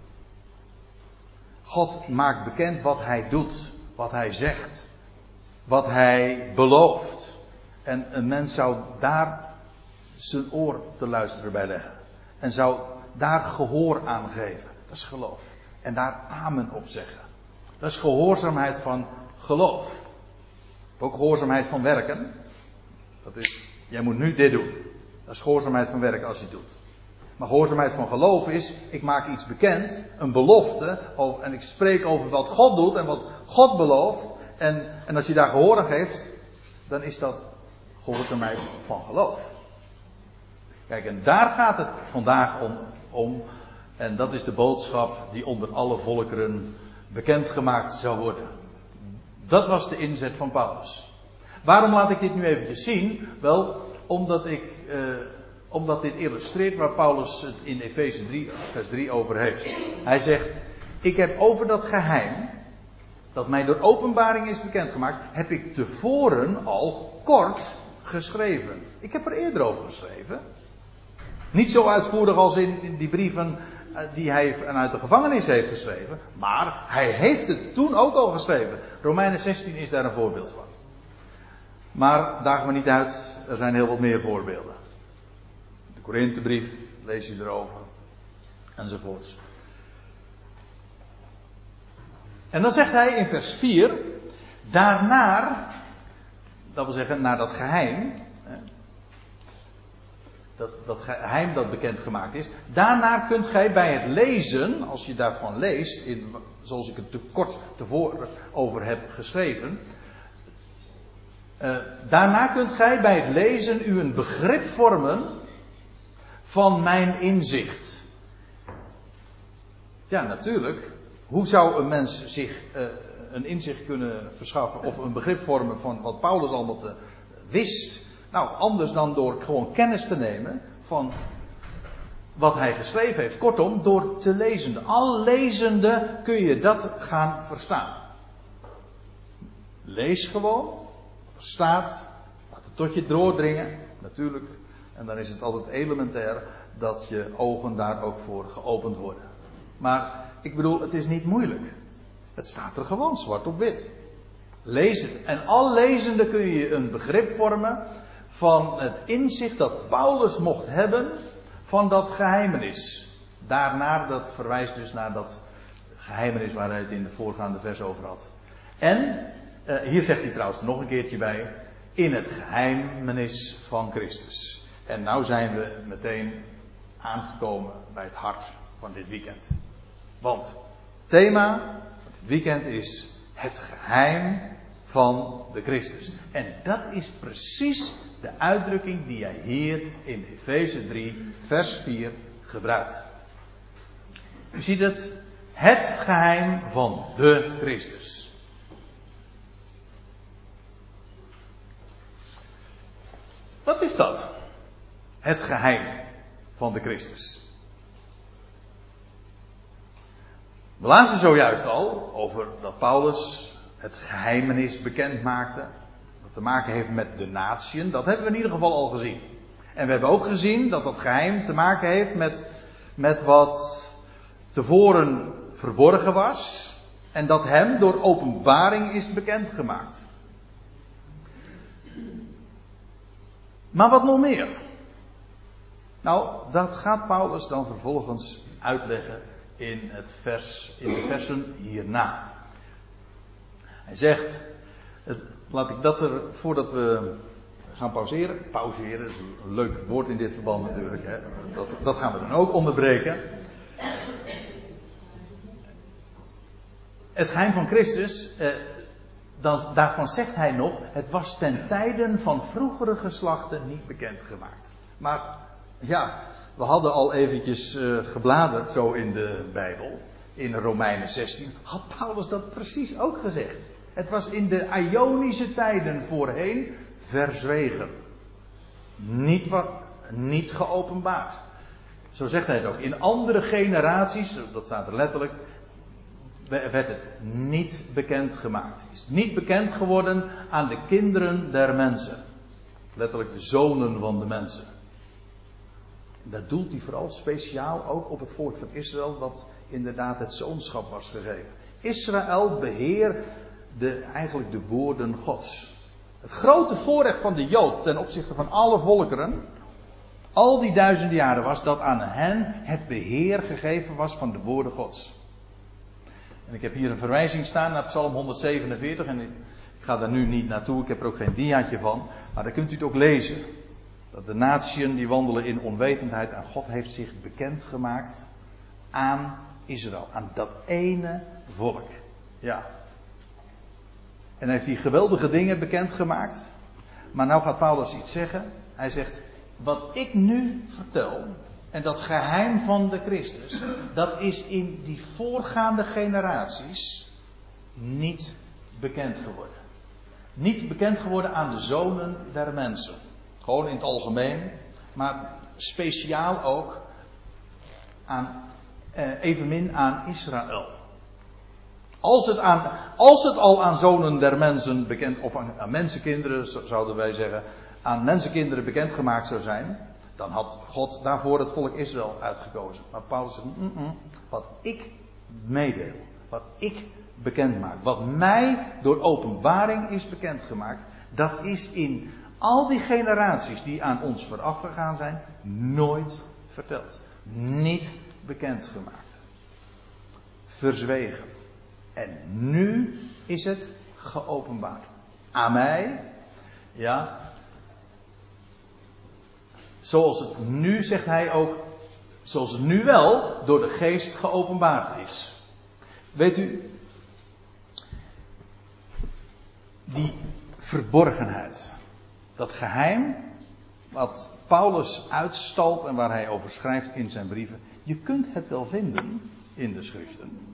God maakt bekend wat hij doet, wat hij zegt, wat hij belooft. En een mens zou daar zijn oor te luisteren bij leggen. En zou daar gehoor aan geven. Dat is geloof. En daar amen op zeggen. Dat is gehoorzaamheid van geloof. Ook gehoorzaamheid van werken. Dat is, jij moet nu dit doen. Dat is gehoorzaamheid van werken als je het doet. Maar gehoorzaamheid van geloof is, ik maak iets bekend, een belofte, en ik spreek over wat God doet en wat God belooft. En, en als je daar gehoor aan geeft, dan is dat gehoorzaamheid van geloof. Kijk, en daar gaat het vandaag om, om. En dat is de boodschap die onder alle volkeren bekendgemaakt zou worden. Dat was de inzet van Paulus. Waarom laat ik dit nu eventjes zien? Wel, omdat ik... Uh, Omdat dit illustreert waar Paulus het in Efeze drie, vers drie over heeft. Hij zegt, ik heb over dat geheim, dat mij door openbaring is bekendgemaakt, heb ik tevoren al kort geschreven. Ik heb er eerder over geschreven. Niet zo uitvoerig als in, in die brieven die hij vanuit de gevangenis heeft geschreven. Maar hij heeft het toen ook al geschreven. Romeinen zestien is daar een voorbeeld van. Maar daag me niet uit, er zijn heel wat meer voorbeelden. De Korinthebrief, lees je erover. Enzovoorts. En dan zegt hij in vers vier. Daarnaar, dat wil zeggen naar dat geheim. Dat, dat geheim dat bekendgemaakt is. Daarnaar kunt gij bij het lezen, als je daarvan leest. In, zoals ik het te kort tevoren over heb geschreven. Uh, daarna kunt gij bij het lezen u een begrip vormen van mijn inzicht. Ja, natuurlijk. Hoe zou een mens zich uh, een inzicht kunnen verschaffen of een begrip vormen van wat Paulus allemaal te, wist? Nou, anders dan door gewoon kennis te nemen van wat hij geschreven heeft. Kortom, door te lezen. Al lezende kun je dat gaan verstaan. Lees gewoon wat er staat. Laat het tot je doordringen, natuurlijk. En dan is het altijd elementair dat je ogen daar ook voor geopend worden. Maar ik bedoel, het is niet moeilijk. Het staat er gewoon, zwart op wit. Lees het. En al lezende kun je een begrip vormen van het inzicht dat Paulus mocht hebben van dat geheimenis. Daarnaar, dat verwijst dus naar dat geheimenis waar hij het in de voorgaande vers over had. En, uh, hier zegt hij trouwens nog een keertje bij, in het geheimenis van Christus. En nou zijn we meteen aangekomen bij het hart van dit weekend. Want het thema van dit weekend is het geheim van de Christus. En dat is precies de uitdrukking die hij hier in Efeze drie vers vier gebruikt. U ziet het, het geheim van de Christus. Wat is dat? Het geheim van de Christus. We lazen zojuist al over dat Paulus het geheimenis bekend maakte. Dat te maken heeft met de natieën. Dat hebben we in ieder geval al gezien. En we hebben ook gezien dat dat geheim te maken heeft met, met wat tevoren verborgen was. En dat hem door openbaring is bekendgemaakt. Maar wat nog meer? Nou, dat gaat Paulus dan vervolgens uitleggen in, het vers, in de versen hierna. Hij zegt, het, laat ik dat er, voordat we gaan pauzeren, pauzeren, dat is een leuk woord in dit verband natuurlijk, hè, dat, dat gaan we dan ook onderbreken. Het geheim van Christus, eh, dan, daarvan zegt hij nog, het was ten tijden van vroegere geslachten niet bekendgemaakt. Maar ja, we hadden al eventjes uh, gebladerd zo in de Bijbel, in Romeinen zestien, had Paulus dat precies ook gezegd. Het was in de Ionische tijden voorheen verzwegen. Niet, niet geopenbaard. Zo zegt hij het ook. In andere generaties, dat staat er letterlijk, werd het niet bekendgemaakt. Is niet bekend geworden aan de kinderen der mensen. Letterlijk de zonen van de mensen. Dat doelt hij vooral speciaal ook op het volk van Israël, dat inderdaad het zoonschap was gegeven. Israël beheerde eigenlijk de woorden Gods. Het grote voorrecht van de Jood ten opzichte van alle volkeren, al die duizenden jaren, was dat aan hen het beheer gegeven was van de woorden Gods. En ik heb hier een verwijzing staan naar Psalm honderdzevenenveertig en ik ga daar nu niet naartoe, ik heb er ook geen diaatje van, maar daar kunt u het ook lezen. Dat de natieën die wandelen in onwetendheid en God heeft zich bekendgemaakt aan Israël. Aan dat ene volk. Ja. En hij heeft die geweldige dingen bekendgemaakt. Maar nou gaat Paulus iets zeggen. Hij zegt, wat ik nu vertel, en dat geheim van de Christus, dat is in die voorgaande generaties niet bekend geworden. Niet bekend geworden aan de zonen der mensen. Gewoon in het algemeen, maar speciaal ook aan, eh, evenmin aan Israël. Als het, aan, als het al aan zonen der mensen bekend, of aan, aan mensenkinderen zouden wij zeggen, aan mensenkinderen bekendgemaakt zou zijn, dan had God daarvoor het volk Israël uitgekozen. Maar Paulus zegt, mm, mm, wat ik meedeel, wat ik bekend maak, wat mij door openbaring is bekendgemaakt, dat is in al die generaties die aan ons vooraf gegaan zijn, nooit verteld. Niet bekendgemaakt. Verzwegen. En nu is het geopenbaard. Aan mij, ja. Zoals het nu, zegt hij ook, zoals het nu wel door de geest geopenbaard is. Weet u, die verborgenheid. Dat geheim wat Paulus uitstalt en waar hij over schrijft in zijn brieven. Je kunt het wel vinden in de schriften.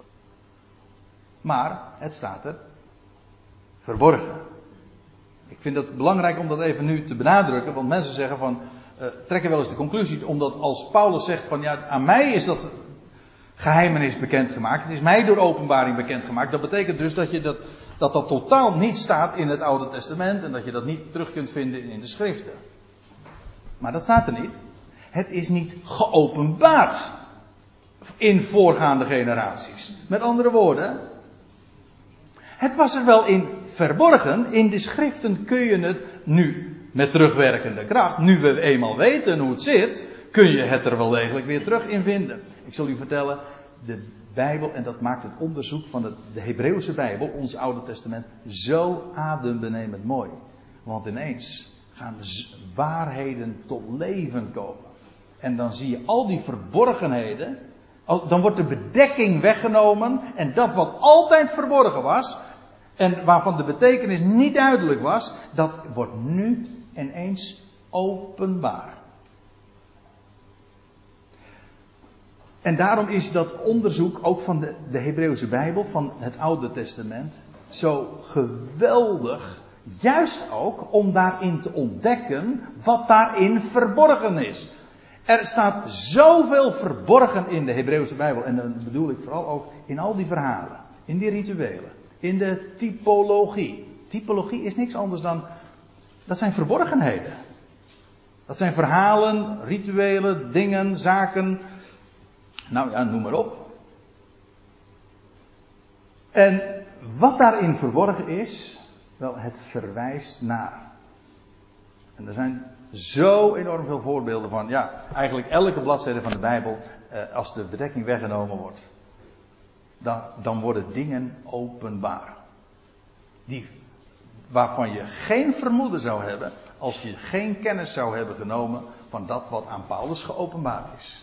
Maar het staat er verborgen. Ik vind het belangrijk om dat even nu te benadrukken. Want mensen zeggen van, uh, trekken wel eens de conclusie. Omdat als Paulus zegt van ja, aan mij is dat geheimenis bekendgemaakt. Het is mij door openbaring bekendgemaakt. Dat betekent dus dat je dat, dat dat totaal niet staat in het Oude Testament en dat je dat niet terug kunt vinden in de schriften. Maar dat staat er niet. Het is niet geopenbaard in voorgaande generaties. Met andere woorden, het was er wel in verborgen. In de schriften kun je het nu met terugwerkende kracht. Nu we eenmaal weten hoe het zit, kun je het er wel degelijk weer terug in vinden. Ik zal u vertellen, de Bijbel, en dat maakt het onderzoek van het, de Hebreeuwse Bijbel, ons Oude Testament, zo adembenemend mooi. Want ineens gaan waarheden tot leven komen. En dan zie je al die verborgenheden. Dan wordt de bedekking weggenomen. En dat wat altijd verborgen was. En waarvan de betekenis niet duidelijk was. Dat wordt nu ineens openbaar. En daarom is dat onderzoek ook van de, de Hebreeuwse Bijbel. Van het Oude Testament. Zo geweldig. Juist ook om daarin te ontdekken wat daarin verborgen is. Er staat zoveel verborgen in de Hebreeuwse Bijbel. En dan bedoel ik vooral ook in al die verhalen. In die rituelen. In de typologie. Typologie is niks anders dan... Dat zijn verborgenheden. Dat zijn verhalen, rituelen, dingen, zaken. Nou ja, noem maar op. En wat daarin verborgen is... Wel, het verwijst naar. En er zijn zo enorm veel voorbeelden van. Ja, eigenlijk elke bladzijde van de Bijbel. Eh, als de bedekking weggenomen wordt. Dan, dan worden dingen openbaar. Die, waarvan je geen vermoeden zou hebben. Als je geen kennis zou hebben genomen. Van dat wat aan Paulus geopenbaard is.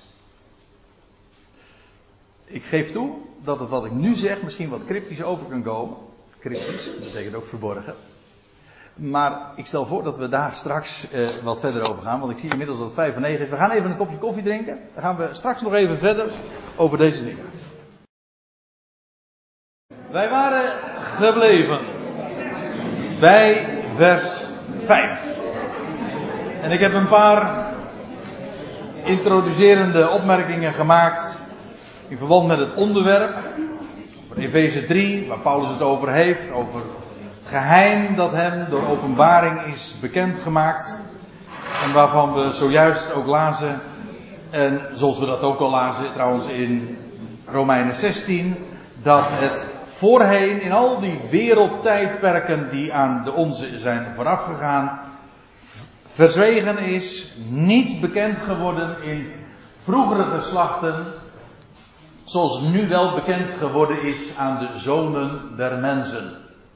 Ik geef toe dat het wat ik nu zeg misschien wat cryptisch over kan komen. Cryptisch, dat betekent ook verborgen. Maar ik stel voor dat we daar straks eh, wat verder over gaan. Want ik zie inmiddels dat het vijf en negen is. We gaan even een kopje koffie drinken. Dan gaan we straks nog even verder over deze dingen. Wij waren gebleven bij vers vijf. En ik heb een paar introducerende opmerkingen gemaakt in verband met het onderwerp. Over Efeze drie, waar Paulus het over heeft. Over het geheim dat hem door openbaring is bekendgemaakt. En waarvan we zojuist ook lazen. En zoals we dat ook al lazen trouwens in Romeinen zestien. Dat het voorheen in al die wereldtijdperken die aan de onze zijn voorafgegaan. Verzwegen is, niet bekend geworden in vroegere geslachten. Zoals nu wel bekend geworden is aan de zonen der mensen.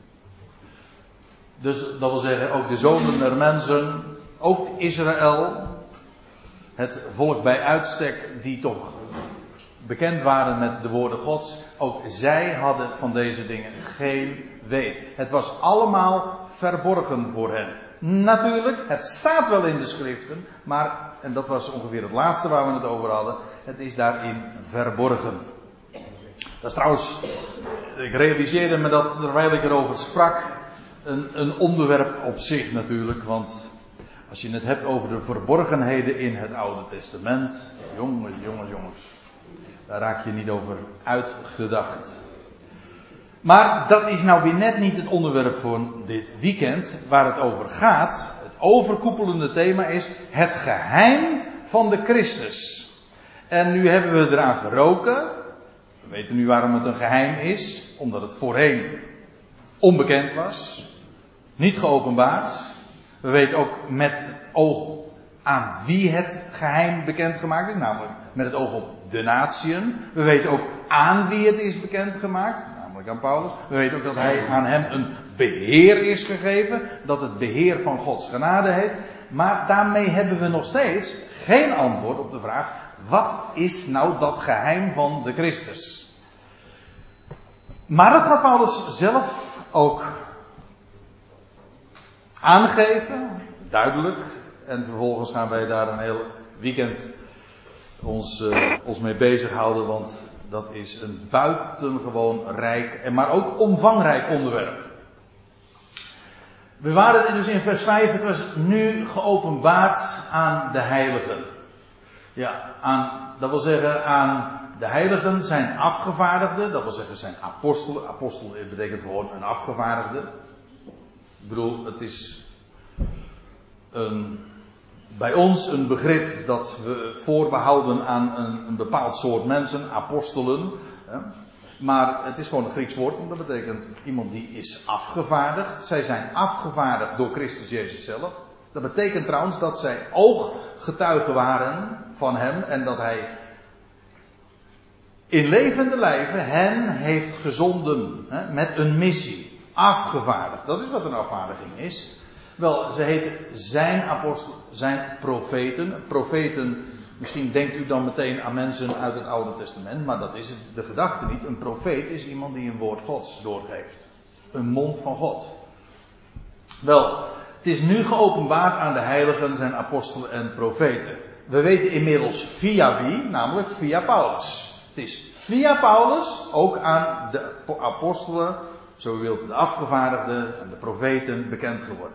Dus dat wil zeggen ook de zonen der mensen, ook Israël, het volk bij uitstek die toch bekend waren met de woorden Gods, ook zij hadden van deze dingen geen weet. Het was allemaal verborgen voor hen. Natuurlijk, het staat wel in de schriften, maar, en dat was ongeveer het laatste waar we het over hadden, het is daarin verborgen. Dat is trouwens, ik realiseerde me dat terwijl ik erover sprak, een, een onderwerp op zich natuurlijk, want als je het hebt over de verborgenheden in het Oude Testament, jongens, jongens, jongens, daar raak je niet over uitgedacht. Maar dat is nou weer net niet het onderwerp voor dit weekend. Waar het over gaat, het overkoepelende thema is het geheim van de Christus. En nu hebben we eraan geroken. We weten nu waarom het een geheim is. Omdat het voorheen onbekend was. Niet geopenbaard. We weten ook met het oog aan wie het geheim bekendgemaakt is. Namelijk met het oog op de natieën. We weten ook aan wie het is bekendgemaakt. Aan Paulus. We weten ook dat hij aan hem een beheer is gegeven. Dat het beheer van Gods genade heet. Maar daarmee hebben we nog steeds geen antwoord op de vraag. Wat is nou dat geheim van de Christus? Maar dat gaat Paulus zelf ook aangeven. Duidelijk. En vervolgens gaan wij daar een heel weekend ons, uh, ons mee bezighouden. Want dat is een buitengewoon rijk, en maar ook omvangrijk onderwerp. We waren dus in vers vijf, het was nu geopenbaard aan de heiligen. Ja, aan, dat wil zeggen aan de heiligen zijn afgevaardigden, dat wil zeggen zijn apostelen. Apostel betekent gewoon een afgevaardigde. Ik bedoel, het is een, bij ons een begrip dat we voorbehouden aan een, een bepaald soort mensen, apostelen. Hè. Maar het is gewoon een Grieks woord, en dat betekent iemand die is afgevaardigd. Zij zijn afgevaardigd door Christus Jezus zelf. Dat betekent trouwens dat zij ooggetuigen waren van hem en dat hij in levende lijven hen heeft gezonden, hè, met een missie. Afgevaardigd. Dat is wat een afvaardiging is. Wel, ze heten zijn apostelen, zijn profeten. Profeten, misschien denkt u dan meteen aan mensen uit het Oude Testament, maar dat is het, de gedachte niet. Een profeet is iemand die een woord Gods doorgeeft. Een mond van God. Wel, het is nu geopenbaard aan de heiligen, zijn apostelen en profeten. We weten inmiddels via wie, namelijk via Paulus. Het is via Paulus ook aan de apostelen, zo u wilt de afgevaardigden en de profeten bekend geworden.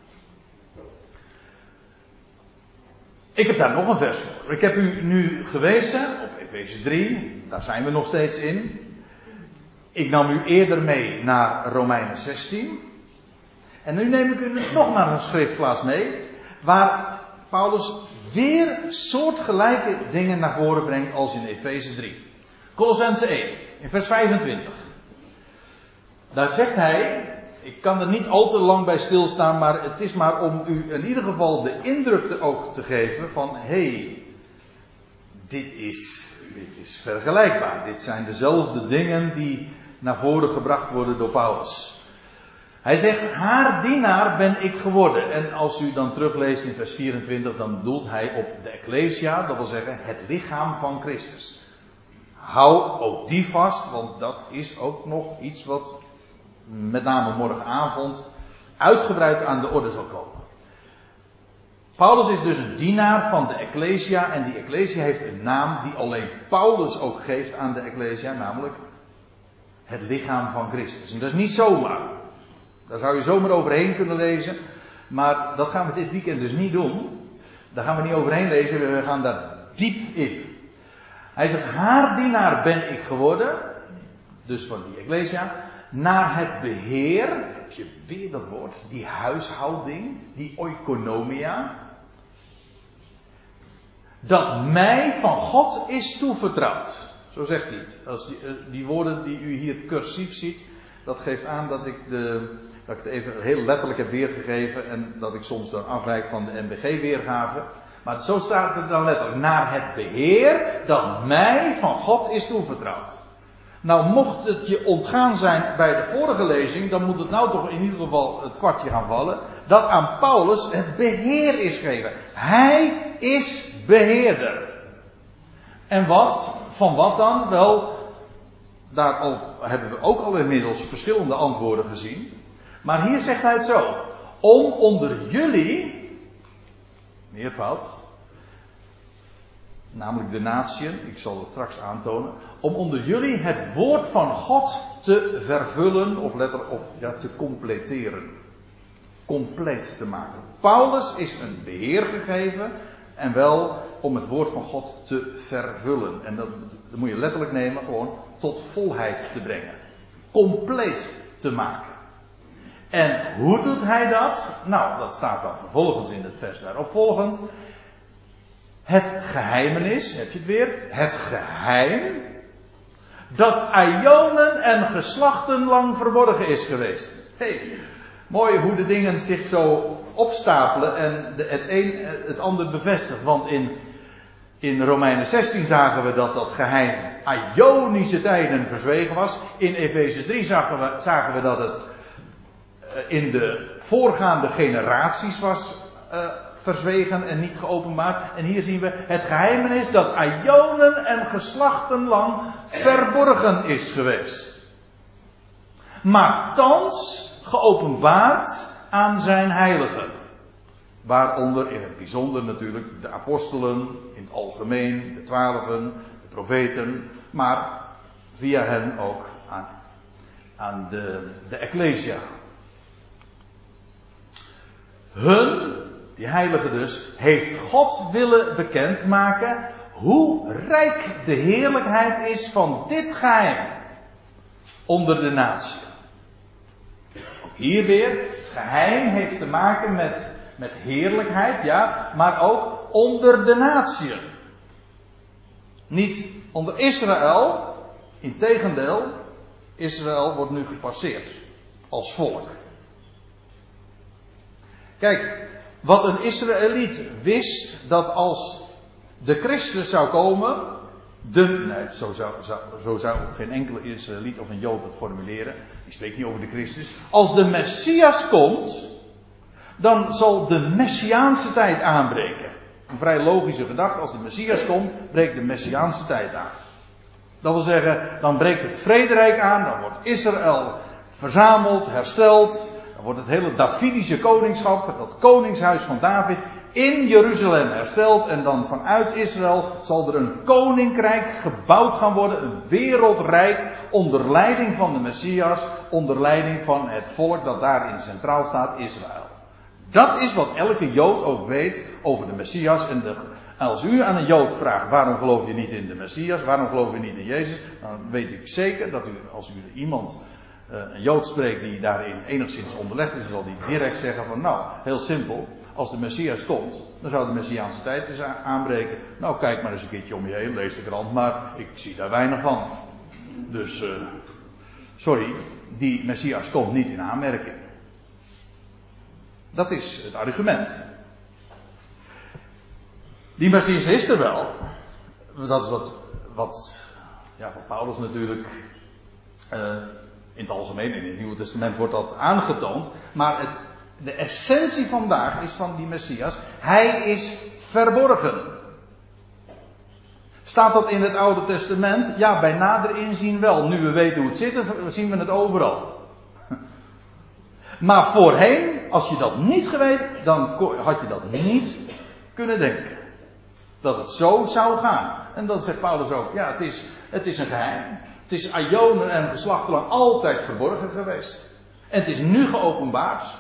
Ik heb daar nog een vers voor. Ik heb u nu gewezen op Efeze drie, daar zijn we nog steeds in. Ik nam u eerder mee naar Romeinen zestien. En nu neem ik u nog naar een schriftplaats mee, waar Paulus weer soortgelijke dingen naar voren brengt als in Efeze drie. Kolossenzen één, in vers vijfentwintig. Daar zegt hij, ik kan er niet al te lang bij stilstaan, maar het is maar om u in ieder geval de indruk te ook te geven van, hé, hey, dit is, dit is vergelijkbaar. Dit zijn dezelfde dingen die naar voren gebracht worden door Paulus. Hij zegt, haar dienaar ben ik geworden. En als u dan terugleest in vers vierentwintig, dan doelt hij op de Ecclesia, dat wil zeggen het lichaam van Christus. Hou ook die vast, want dat is ook nog iets wat met name morgenavond uitgebreid aan de orde zal komen. Paulus is dus een dienaar van de Ecclesia en die Ecclesia heeft een naam die alleen Paulus ook geeft aan de Ecclesia, namelijk het lichaam van Christus. En dat is niet zomaar. Daar zou je zomaar overheen kunnen lezen, maar dat gaan we dit weekend dus niet doen. Daar gaan we niet overheen lezen, we gaan daar diep in. Hij zegt, haar dienaar ben ik geworden, dus van die Ecclesia, naar het beheer, heb je weer dat woord, die huishouding, die oikonomia, dat mij van God is toevertrouwd. Zo zegt hij het. Als die, die woorden die u hier cursief ziet, dat geeft aan dat ik, de, dat ik het even heel letterlijk heb weergegeven en dat ik soms dan afwijk van de N B G weergave. Maar zo staat het dan letterlijk, naar het beheer dat mij van God is toevertrouwd. Nou, mocht het je ontgaan zijn bij de vorige lezing, dan moet het nou toch in ieder geval het kwartje gaan vallen, dat aan Paulus het beheer is gegeven. Hij is beheerder. En wat? Van wat dan? Wel, daar al, hebben we ook al inmiddels verschillende antwoorden gezien. Maar hier zegt hij het zo. Om onder jullie, meervoud, namelijk de natieën, ik zal het straks aantonen, om onder jullie het woord van God te vervullen, of letter, of ja, te completeren. Compleet te maken. Paulus is een beheer gegeven, en wel om het woord van God te vervullen. En dat, dat moet je letterlijk nemen, gewoon tot volheid te brengen. Compleet te maken. En hoe doet hij dat? Nou, dat staat dan vervolgens in het vers daarop volgend. Het geheimenis, heb je het weer? Het geheim dat aionen en geslachten lang verborgen is geweest. Hey, mooi hoe de dingen zich zo opstapelen en de, het een het ander bevestigt. Want in, in Romeinen zestien zagen we dat dat geheim aionische tijden verzwegen was. In Efeze drie zagen we, zagen we dat het in de voorgaande generaties was uh, verzwegen en niet geopenbaard. En hier zien we het geheimenis dat aionen en geslachten lang verborgen is geweest. Maar thans geopenbaard aan zijn heiligen. Waaronder in het bijzonder natuurlijk de apostelen, in het algemeen, de twaalfen, de profeten. Maar via hen ook aan, aan de, de Ecclesia. Hun, die heiligen dus, heeft God willen bekendmaken hoe rijk de heerlijkheid is van dit geheim onder de natie. Ook hier weer, het geheim heeft te maken met, met heerlijkheid, ja, maar ook onder de natie. Niet onder Israël, integendeel, Israël wordt nu gepasseerd als volk. Kijk, wat een Israëliet wist, dat als de Christus zou komen, de, nee, zo zou, zo, zo zou geen enkele Israëliet of een Jood het formuleren, die spreekt niet over de Christus. Als de Messias komt, dan zal de Messiaanse tijd aanbreken. Een vrij logische gedachte, als de Messias komt, breekt de Messiaanse tijd aan. Dat wil zeggen, dan breekt het vrederijk aan, dan wordt Israël verzameld, hersteld. Dan wordt het hele Davidische koningschap, dat koningshuis van David, in Jeruzalem hersteld. En dan vanuit Israël zal er een koninkrijk gebouwd gaan worden, een wereldrijk, onder leiding van de Messias, onder leiding van het volk dat daarin centraal staat, Israël. Dat is wat elke Jood ook weet over de Messias. En de, als u aan een Jood vraagt, waarom geloof je niet in de Messias, waarom geloof je niet in Jezus, dan weet ik zeker dat u, als u iemand, een Jood spreekt die daarin enigszins onderlegd is, zal die direct zeggen van, nou, heel simpel, als de Messias komt, dan zou de Messiaanse tijd eens aanbreken. Nou, kijk maar eens een keertje om je heen, lees de krant, maar ik zie daar weinig van. Dus, uh, sorry, die Messias komt niet in aanmerking. Dat is het argument. Die Messias is er wel. Dat is wat, wat ja, van Paulus natuurlijk, uh, in het algemeen, in het Nieuwe Testament wordt dat aangetoond. Maar het, de essentie vandaag is van die Messias, hij is verborgen. Staat dat in het Oude Testament? Ja, bij nader inzien wel. Nu we weten hoe het zit, zien we het overal. Maar voorheen, als je dat niet geweten, dan had je dat niet kunnen denken. Dat het zo zou gaan. En dan zegt Paulus ook, ja, het is, het is een geheim. Het is aionen en geslachten lang altijd verborgen geweest. En het is nu geopenbaard.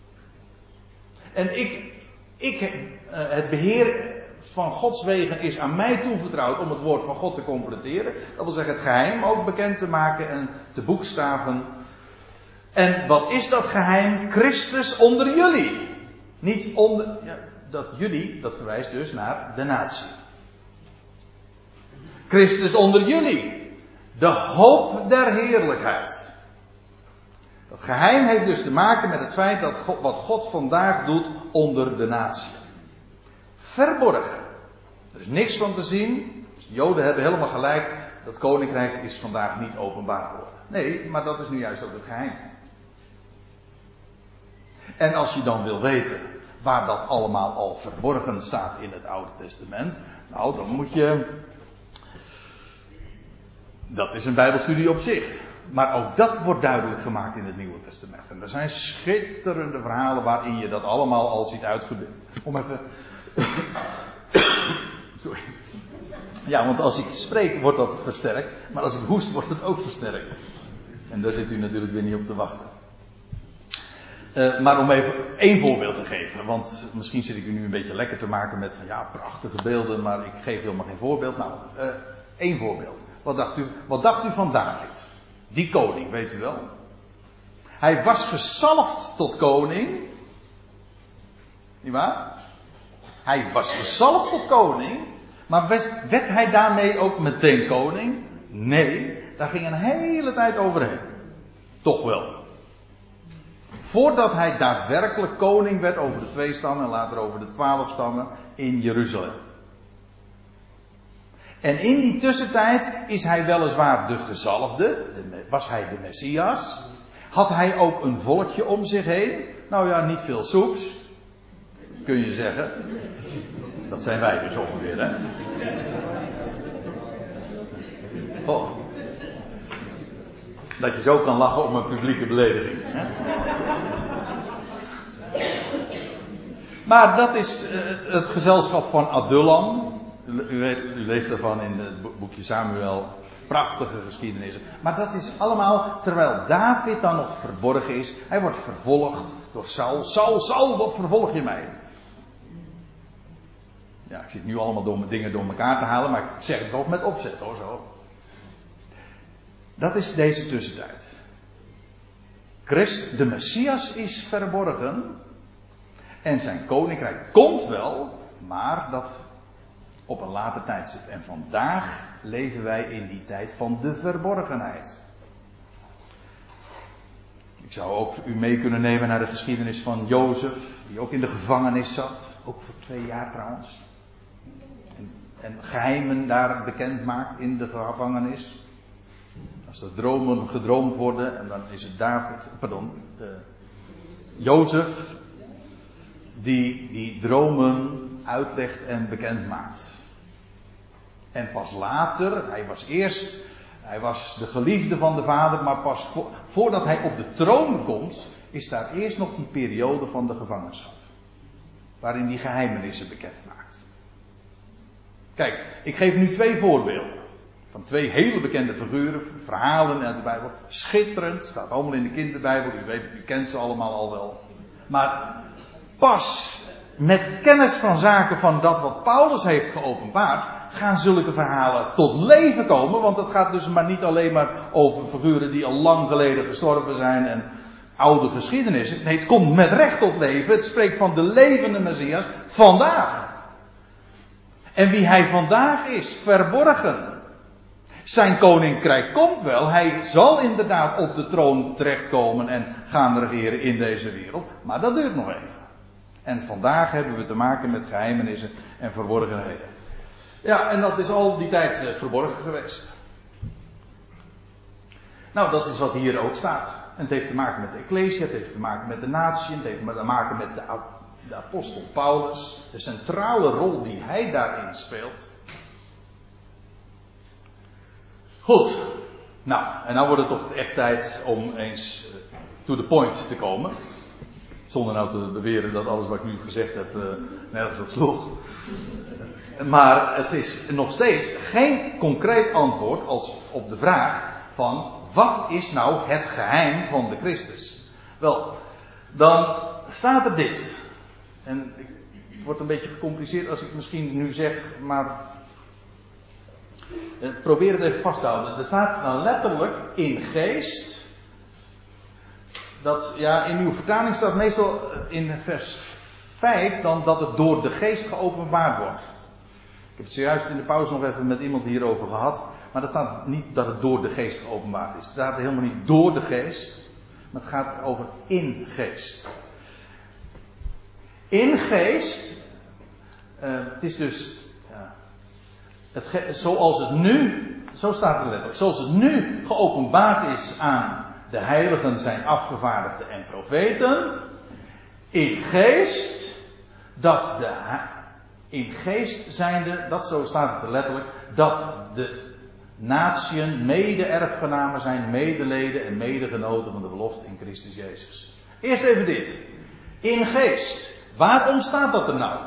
En ik, ik, het beheer van Gods wegen is aan mij toevertrouwd om het woord van God te completeren. Dat wil zeggen het geheim ook bekend te maken en te boekstaven. En wat is dat geheim? Christus onder jullie. Niet onder, ja, dat jullie, dat verwijst dus naar de natie. Christus onder jullie. De hoop der heerlijkheid. Dat geheim heeft dus te maken met het feit dat God, wat God vandaag doet onder de natie. Verborgen. Er is niks van te zien. Dus de Joden hebben helemaal gelijk. Dat koninkrijk is vandaag niet openbaar geworden. Nee, maar dat is nu juist ook het geheim. En als je dan wil weten waar dat allemaal al verborgen staat in het Oude Testament. Nou, dan moet je... Dat is een Bijbelstudie op zich. Maar ook dat wordt duidelijk gemaakt in het Nieuwe Testament. En er zijn schitterende verhalen waarin je dat allemaal al ziet uitgebeeld. Om even... Sorry. Ja, want als ik spreek wordt dat versterkt. Maar als ik hoest wordt het ook versterkt. En daar zit u natuurlijk weer niet op te wachten. Uh, maar om even één voorbeeld te geven. Want misschien zit ik u nu een beetje lekker te maken met van ja, prachtige beelden. Maar ik geef helemaal geen voorbeeld. Nou, uh, één voorbeeld. Wat dacht u, wat dacht u van David? Die koning, weet u wel. Hij was gezalfd tot koning. Niet waar? Hij was gezalfd tot koning. Maar werd hij daarmee ook meteen koning? Nee, daar ging een hele tijd overheen. Toch wel. Voordat hij daadwerkelijk koning werd over de twee stammen en later over de twaalf stammen in Jeruzalem. En in die tussentijd is hij weliswaar de gezalfde, was hij de Messias. Had hij ook een volkje om zich heen? Nou ja, niet veel soeps, kun je zeggen. Dat zijn wij dus ongeveer, hè. Oh. Dat je zo kan lachen om een publieke belediging. Hè? Maar dat is uh, het gezelschap van Adullam. U, weet, u leest daarvan in het boekje Samuel. Prachtige geschiedenissen. Maar dat is allemaal terwijl David dan nog verborgen is. Hij wordt vervolgd door Saul. Saul, Saul, wat vervolg je mij? Ja, ik zit nu allemaal door, dingen door elkaar te halen, maar ik zeg het ook met opzet hoor, zo. Dat is deze tussentijd. Christ, de Messias is verborgen. En zijn koninkrijk komt wel, maar dat op een later tijdstip. En vandaag leven wij in die tijd van de verborgenheid. Ik zou ook u mee kunnen nemen naar de geschiedenis van Jozef, die ook in de gevangenis zat. Ook voor twee jaar trouwens. En, en geheimen daar bekend maakt in de gevangenis. Als er dromen gedroomd worden, en dan is het David, pardon, uh, Jozef, die die dromen uitlegt en bekend maakt. En pas later, hij was eerst, hij was de geliefde van de vader, maar pas vo, voordat hij op de troon komt, is daar eerst nog die periode van de gevangenschap. Waarin die geheimenissen bekend maakt. Kijk, ik geef nu twee voorbeelden. Van twee hele bekende figuren, verhalen uit de Bijbel. Schitterend, staat allemaal in de kinderbijbel, u weet, u kent ze allemaal al wel. Maar pas met kennis van zaken van dat wat Paulus heeft geopenbaard, gaan zulke verhalen tot leven komen. Want het gaat dus maar niet alleen maar over figuren die al lang geleden gestorven zijn en oude geschiedenissen. Nee, het komt met recht tot leven. Het spreekt van de levende Messias vandaag. En wie hij vandaag is, verborgen. Zijn koninkrijk komt wel. Hij zal inderdaad op de troon terechtkomen en gaan regeren in deze wereld. Maar dat duurt nog even. En vandaag hebben we te maken met geheimenissen en verborgenheden. Ja, en dat is al die tijd uh, verborgen geweest. Nou, dat is wat hier ook staat. En het heeft te maken met de Ecclesia, het heeft te maken met de natie, het heeft te maken met de, de apostel Paulus. De centrale rol die hij daarin speelt. Goed. Nou, en nou wordt het toch echt tijd om eens uh, to the point te komen. Zonder nou te beweren dat alles wat ik nu gezegd heb uh, nergens op sloeg. Maar het is nog steeds geen concreet antwoord als op de vraag van wat is nou het geheim van de Christus? Wel, dan staat er dit. En het wordt een beetje gecompliceerd als ik misschien nu zeg, maar uh, probeer het even vast te houden. Er staat dan letterlijk in geest. Dat, ja, in uw vertaling staat meestal in vers vijf dan dat het door de geest geopenbaard wordt. Ik heb het zojuist in de pauze nog even met iemand hierover gehad. Maar er staat niet dat het door de geest geopenbaard is. Het staat helemaal niet door de geest. Maar het gaat over in geest. In geest. Uh, het is dus. Ja, het ge- zoals het nu. Zo staat het letterlijk. Zoals het nu geopenbaard is aan de heiligen, zijn afgevaardigden en profeten. In geest. Dat de. In geest zijnde, dat zo staat het letterlijk, dat de natieën mede-erfgenamen zijn, medeleden en medegenoten van de belofte in Christus Jezus. Eerst even dit. In geest. Waarom staat dat er nou?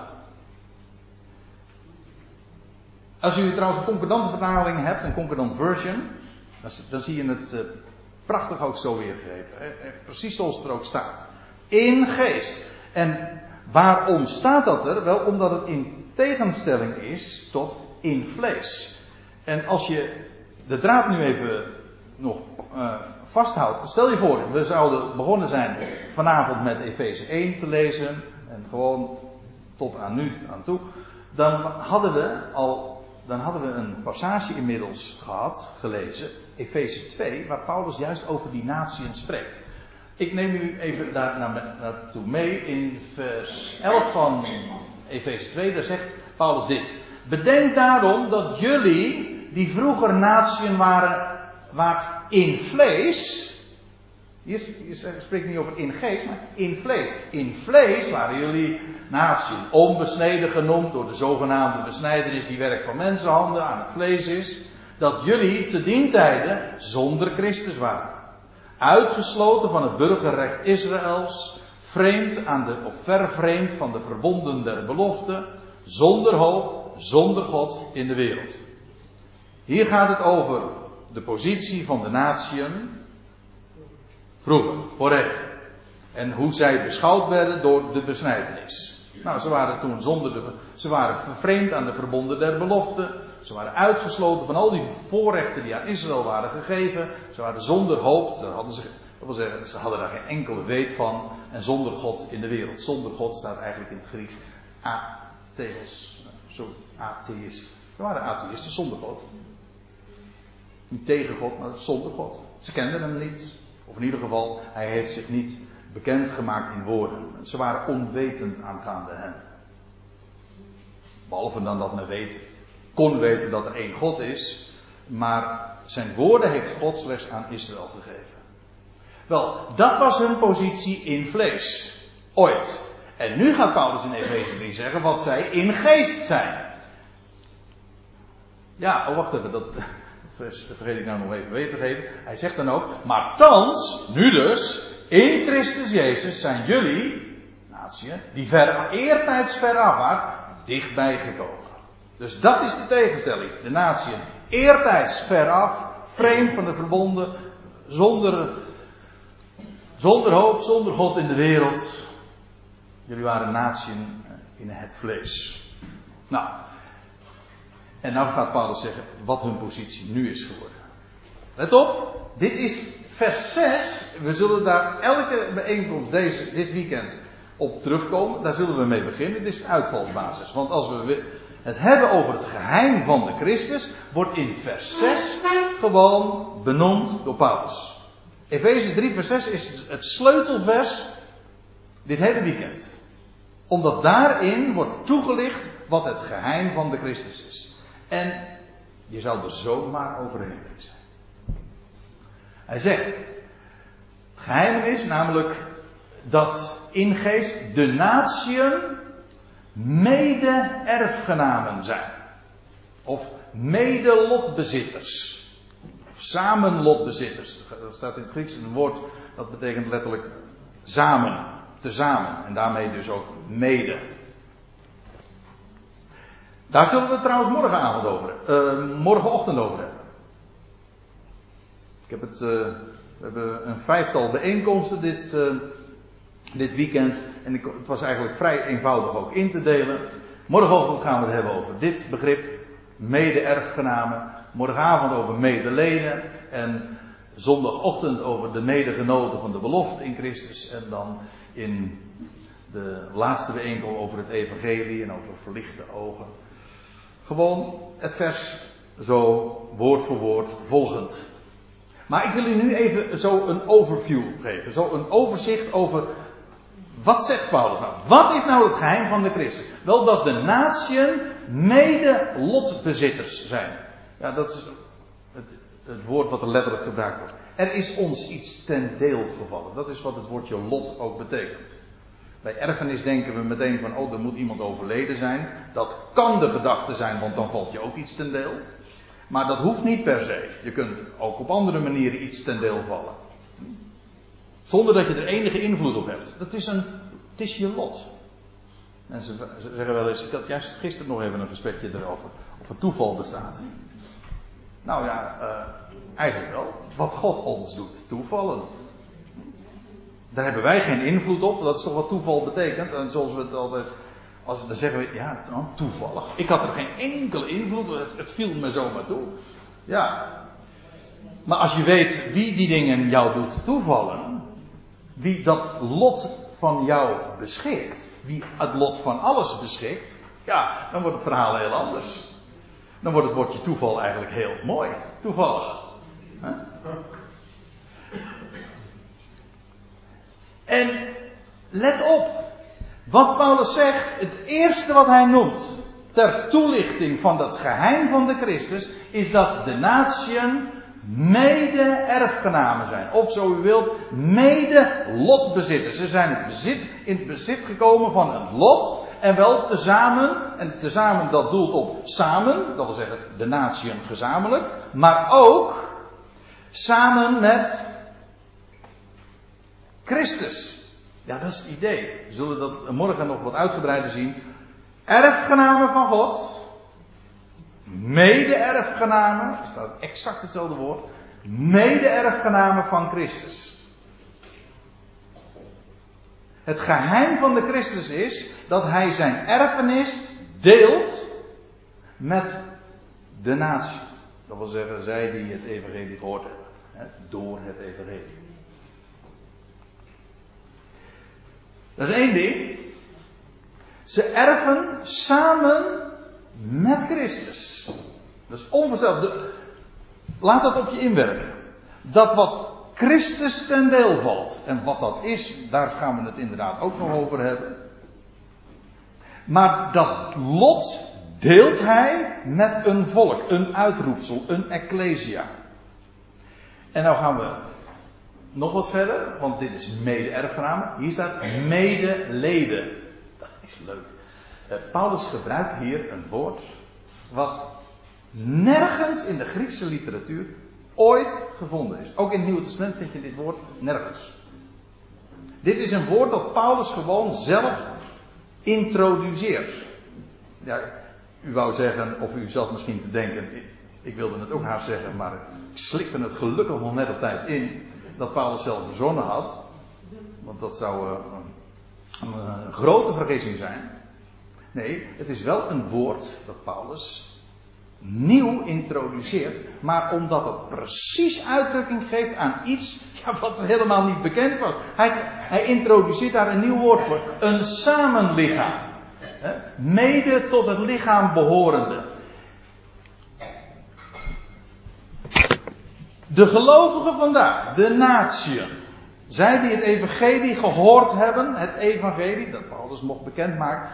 Als u trouwens een concordante vertaling hebt, een concordant version, dan, dan zie je het uh, prachtig ook zo weergegeven. Hè? Precies zoals het er ook staat. In geest. En waarom staat dat er? Wel, omdat het in tegenstelling is tot in vlees. En als je de draad nu even nog uh, vasthoudt. Stel je voor, we zouden begonnen zijn vanavond met Efeze één te lezen. En gewoon tot aan nu aan toe. Dan hadden we al, dan hadden we een passage inmiddels gehad, gelezen. Efeze twee, waar Paulus juist over die natieën spreekt. Ik neem u even daar naartoe mee. In vers elf van Efeze twee, daar zegt Paulus dit. Bedenk daarom dat jullie, die vroeger natieën waren, waren in vlees. Hier, hier spreekt niet over in geest, maar in vlees. In vlees waren jullie natieën onbesneden genoemd door de zogenaamde besnijdenis die werk van mensenhanden aan het vlees is. Dat jullie te dien tijde zonder Christus waren. Uitgesloten van het burgerrecht Israëls, vreemd aan de, of vervreemd van de verbonden der belofte, zonder hoop, zonder God in de wereld. Hier gaat het over de positie van de natieën vroeger, voorheen. En hoe zij beschouwd werden door de besnijdenis. Nou, ze waren toen zonder de, ze waren vervreemd aan de verbonden der belofte. Ze waren uitgesloten van al die voorrechten die aan Israël waren gegeven. Ze waren zonder hoop. Ze hadden, ze, dat wil zeggen, ze hadden daar geen enkele weet van. En zonder God in de wereld. Zonder God staat eigenlijk in het Grieks atheos. Zo, atheïst. Ze waren atheïsten zonder God. Niet tegen God, maar zonder God. Ze kenden hem niet. Of in ieder geval, hij heeft zich niet bekendgemaakt in woorden. Ze waren onwetend aangaande hem. Behalve dan dat men weet, kon weten dat er één God is. Maar zijn woorden heeft God slechts aan Israël gegeven. Wel, dat was hun positie in vlees. Ooit. En nu gaat Paulus in Efeze drie zeggen wat zij in geest zijn. Ja, oh wacht even, dat, dat vergeet ik nou nog even weer te geven. Hij zegt dan ook, maar thans, nu dus, in Christus Jezus zijn jullie, natieën, die ver, eertijds veraf waren, dichtbij gekomen. Dus dat is de tegenstelling. De natieën, eertijds veraf, vreemd van de verbonden, zonder, zonder hoop, zonder God in de wereld. Jullie waren natieën in het vlees. Nou, en nou gaat Paulus zeggen wat hun positie nu is geworden. Let op, dit is vers zes. We zullen daar elke bijeenkomst deze, dit weekend op terugkomen. Daar zullen we mee beginnen. Dit is de uitvalsbasis. Want als we het hebben over het geheim van de Christus, wordt in vers zes gewoon benoemd door Paulus. Efeze drie vers zes is het sleutelvers dit hele weekend. Omdat daarin wordt toegelicht wat het geheim van de Christus is. En je zou er zomaar overheen lezen. Hij zegt, het geheim is namelijk dat in geest de natieën mede-erfgenamen zijn. Of mede-lotbezitters. Of samen lotbezitters. Dat staat in het Grieks een woord dat betekent letterlijk samen. Tezamen. En daarmee dus ook mede. Daar zullen we het trouwens morgenavond over hebben. Uh, morgenochtend over hebben. Ik heb het, uh, we hebben een vijftal bijeenkomsten dit, uh, dit weekend. En ik, het was eigenlijk vrij eenvoudig ook in te delen. Morgenochtend gaan we het hebben over dit begrip. Mede-erfgenamen. Morgenavond over medeleden. En zondagochtend over de medegenoten van de belofte in Christus. En dan in de laatste bijeenkomst over het evangelie en over verlichte ogen. Gewoon het vers zo woord voor woord volgend. Maar ik wil u nu even zo een overview geven. Zo een overzicht over wat zegt Paulus nou. Wat is nou het geheim van de Christus? Wel dat de natieën mede lotbezitters zijn. Ja, dat is het, het woord wat er letterlijk gebruikt wordt. Er is ons iets ten deel gevallen. Dat is wat het woordje lot ook betekent. Bij erfenis denken we meteen van, oh, er moet iemand overleden zijn. Dat kan de gedachte zijn, want dan valt je ook iets ten deel. Maar dat hoeft niet per se. Je kunt ook op andere manieren iets ten deel vallen. Zonder dat je er enige invloed op hebt. Dat is een, het is je lot. En ze, ze zeggen wel eens, ik had juist gisteren nog even een gesprekje erover. Of er toeval bestaat. Nou ja, uh, eigenlijk wel. Wat God ons doet, toevallen. Daar hebben wij geen invloed op. Dat is toch wat toeval betekent. En zoals we het altijd, als we dan zeggen we, ja, toevallig. Ik had er geen enkele invloed op. Het, het viel me zomaar toe. Ja. Maar als je weet wie die dingen jou doet toevallen. Wie dat lot van jou beschikt. Wie het lot van alles beschikt. Ja, dan wordt het verhaal heel anders. Dan wordt het woordje toeval eigenlijk heel mooi. Toevallig. Huh? En let op. Wat Paulus zegt, het eerste wat hij noemt ter toelichting van dat geheim van de Christus, is dat de natieën mede-erfgenamen zijn. Of zo u wilt, mede-lotbezitters. Ze zijn het bezit, in het bezit gekomen van een lot. En wel tezamen, en tezamen dat doelt op samen, dat wil zeggen de natieën gezamenlijk. Maar ook samen met Christus. Ja, dat is het idee. We zullen dat morgen nog wat uitgebreider zien. Erfgenamen van God. Mede-erfgenamen. Er staat exact hetzelfde woord. Mede-erfgenamen van Christus. Het geheim van de Christus is dat hij zijn erfenis deelt met de natie. Dat wil zeggen, zij die het evangelie gehoord hebben. Hè, door het evangelie. Dat is één ding. Ze erven samen met Christus. Dat is onvoorstelbaar. Laat dat op je inwerken. Dat wat Christus ten deel valt. En wat dat is, daar gaan we het inderdaad ook nog over hebben. Maar dat lot deelt hij met een volk, een uitroepsel, een ecclesia. En nou gaan we nog wat verder, want dit is mede-erfgename. Hier staat medeleden. Dat is leuk. Uh, Paulus gebruikt hier een woord wat nergens in de Griekse literatuur ooit gevonden is. Ook in het Nieuwe Testament vind je dit woord nergens. Dit is een woord dat Paulus gewoon zelf introduceert. Ja, u wou zeggen, of u zat misschien te denken, ik, ik wilde het ook haast zeggen, maar ik slikte het gelukkig nog net op tijd in, dat Paulus zelf verzonnen had. Want dat zou uh, een, een grote vergissing zijn. Nee, het is wel een woord dat Paulus nieuw introduceert, maar omdat het precies uitdrukking geeft aan iets ja, wat helemaal niet bekend was. Hij, hij introduceert daar een nieuw woord voor. Een samenlichaam. Hè? Mede tot het lichaam behorende. De gelovigen vandaag, de natieën, zij die het evangelie gehoord hebben, het evangelie, dat Paulus mocht bekendmaken,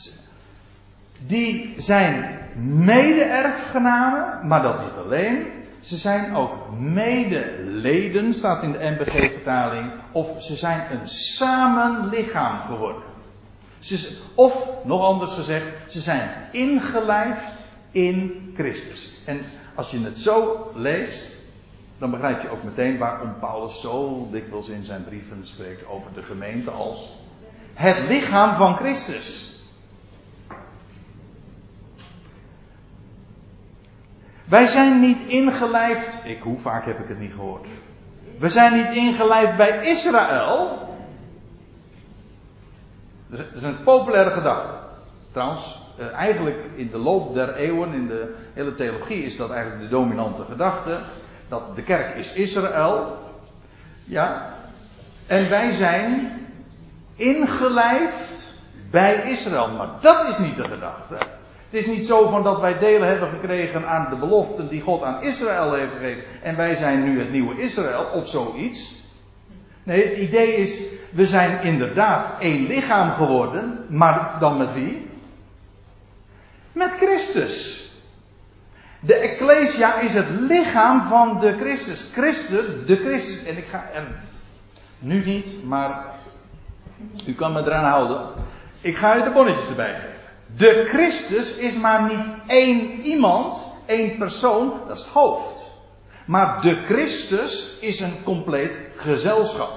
die zijn mede-erfgenamen, maar dat niet alleen. Ze zijn ook medeleden, staat in de N B G-vertaling, of ze zijn een samenlichaam geworden. Ze, of, nog anders gezegd, ze zijn ingelijfd in Christus. En als je het zo leest, dan begrijp je ook meteen waarom Paulus zo dikwijls in zijn brieven spreekt over de gemeente als het lichaam van Christus. Wij zijn niet ingelijfd, ik, hoe vaak heb ik het niet gehoord. We zijn niet ingelijfd bij Israël. Dat is een populaire gedachte. Trouwens, eh, eigenlijk in de loop der eeuwen, in de hele theologie is dat eigenlijk de dominante gedachte. Dat de kerk is Israël. Ja. En wij zijn ingelijfd bij Israël. Maar dat is niet de gedachte. Het is niet zo van dat wij delen hebben gekregen aan de beloften die God aan Israël heeft gegeven. En wij zijn nu het nieuwe Israël of zoiets. Nee, het idee is, we zijn inderdaad één lichaam geworden. Maar dan met wie? Met Christus. De Ecclesia is het lichaam van de Christus. Christus, de Christus. En ik ga er nu niet, maar u kan me eraan houden. Ik ga u de bonnetjes erbij geven. De Christus is maar niet één iemand, één persoon, dat is het hoofd. Maar de Christus is een compleet gezelschap.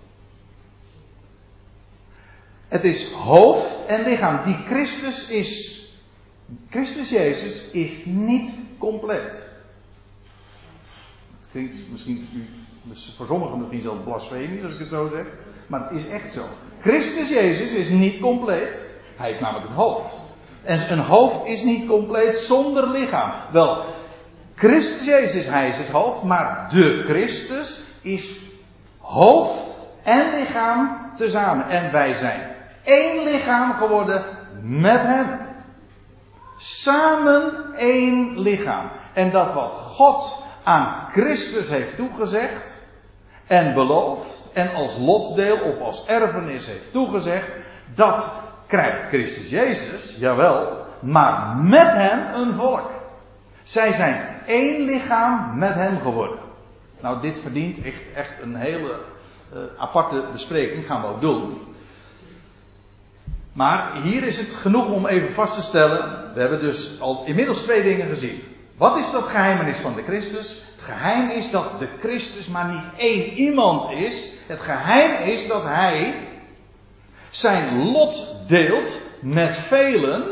Het is hoofd en lichaam. Die Christus is, Christus Jezus is niet compleet. Het klinkt misschien voor sommigen misschien zelfs blasfemisch als ik het zo zeg. Maar het is echt zo. Christus Jezus is niet compleet. Hij is namelijk het hoofd. En een hoofd is niet compleet zonder lichaam. Wel, Christus Jezus, hij is het hoofd. Maar de Christus is hoofd en lichaam tezamen. En wij zijn één lichaam geworden met hem. Samen één lichaam. En dat wat God aan Christus heeft toegezegd en beloofd en als lotsdeel of als erfenis heeft toegezegd, dat krijgt Christus Jezus, jawel, maar met hem een volk. Zij zijn één lichaam met hem geworden. Nou, dit verdient echt, echt een hele uh, aparte bespreking, gaan we ook doen. Maar hier is het genoeg om even vast te stellen, we hebben dus al inmiddels twee dingen gezien. Wat is dat geheimenis van de Christus? Het geheim is dat de Christus maar niet één iemand is. Het geheim is dat hij zijn lot deelt met velen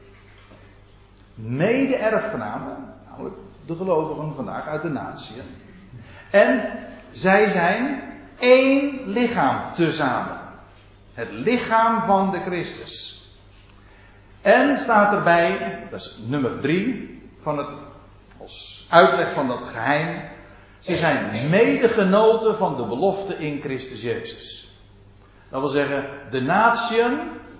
mede-erfgenamen, namelijk de gelovigen vandaag uit de natie. En zij zijn één lichaam tezamen. Het lichaam van de Christus. En staat erbij, dat is nummer drie van het, als uitleg van dat geheim. Ze zijn medegenoten van de belofte in Christus Jezus. Dat wil zeggen, de natieën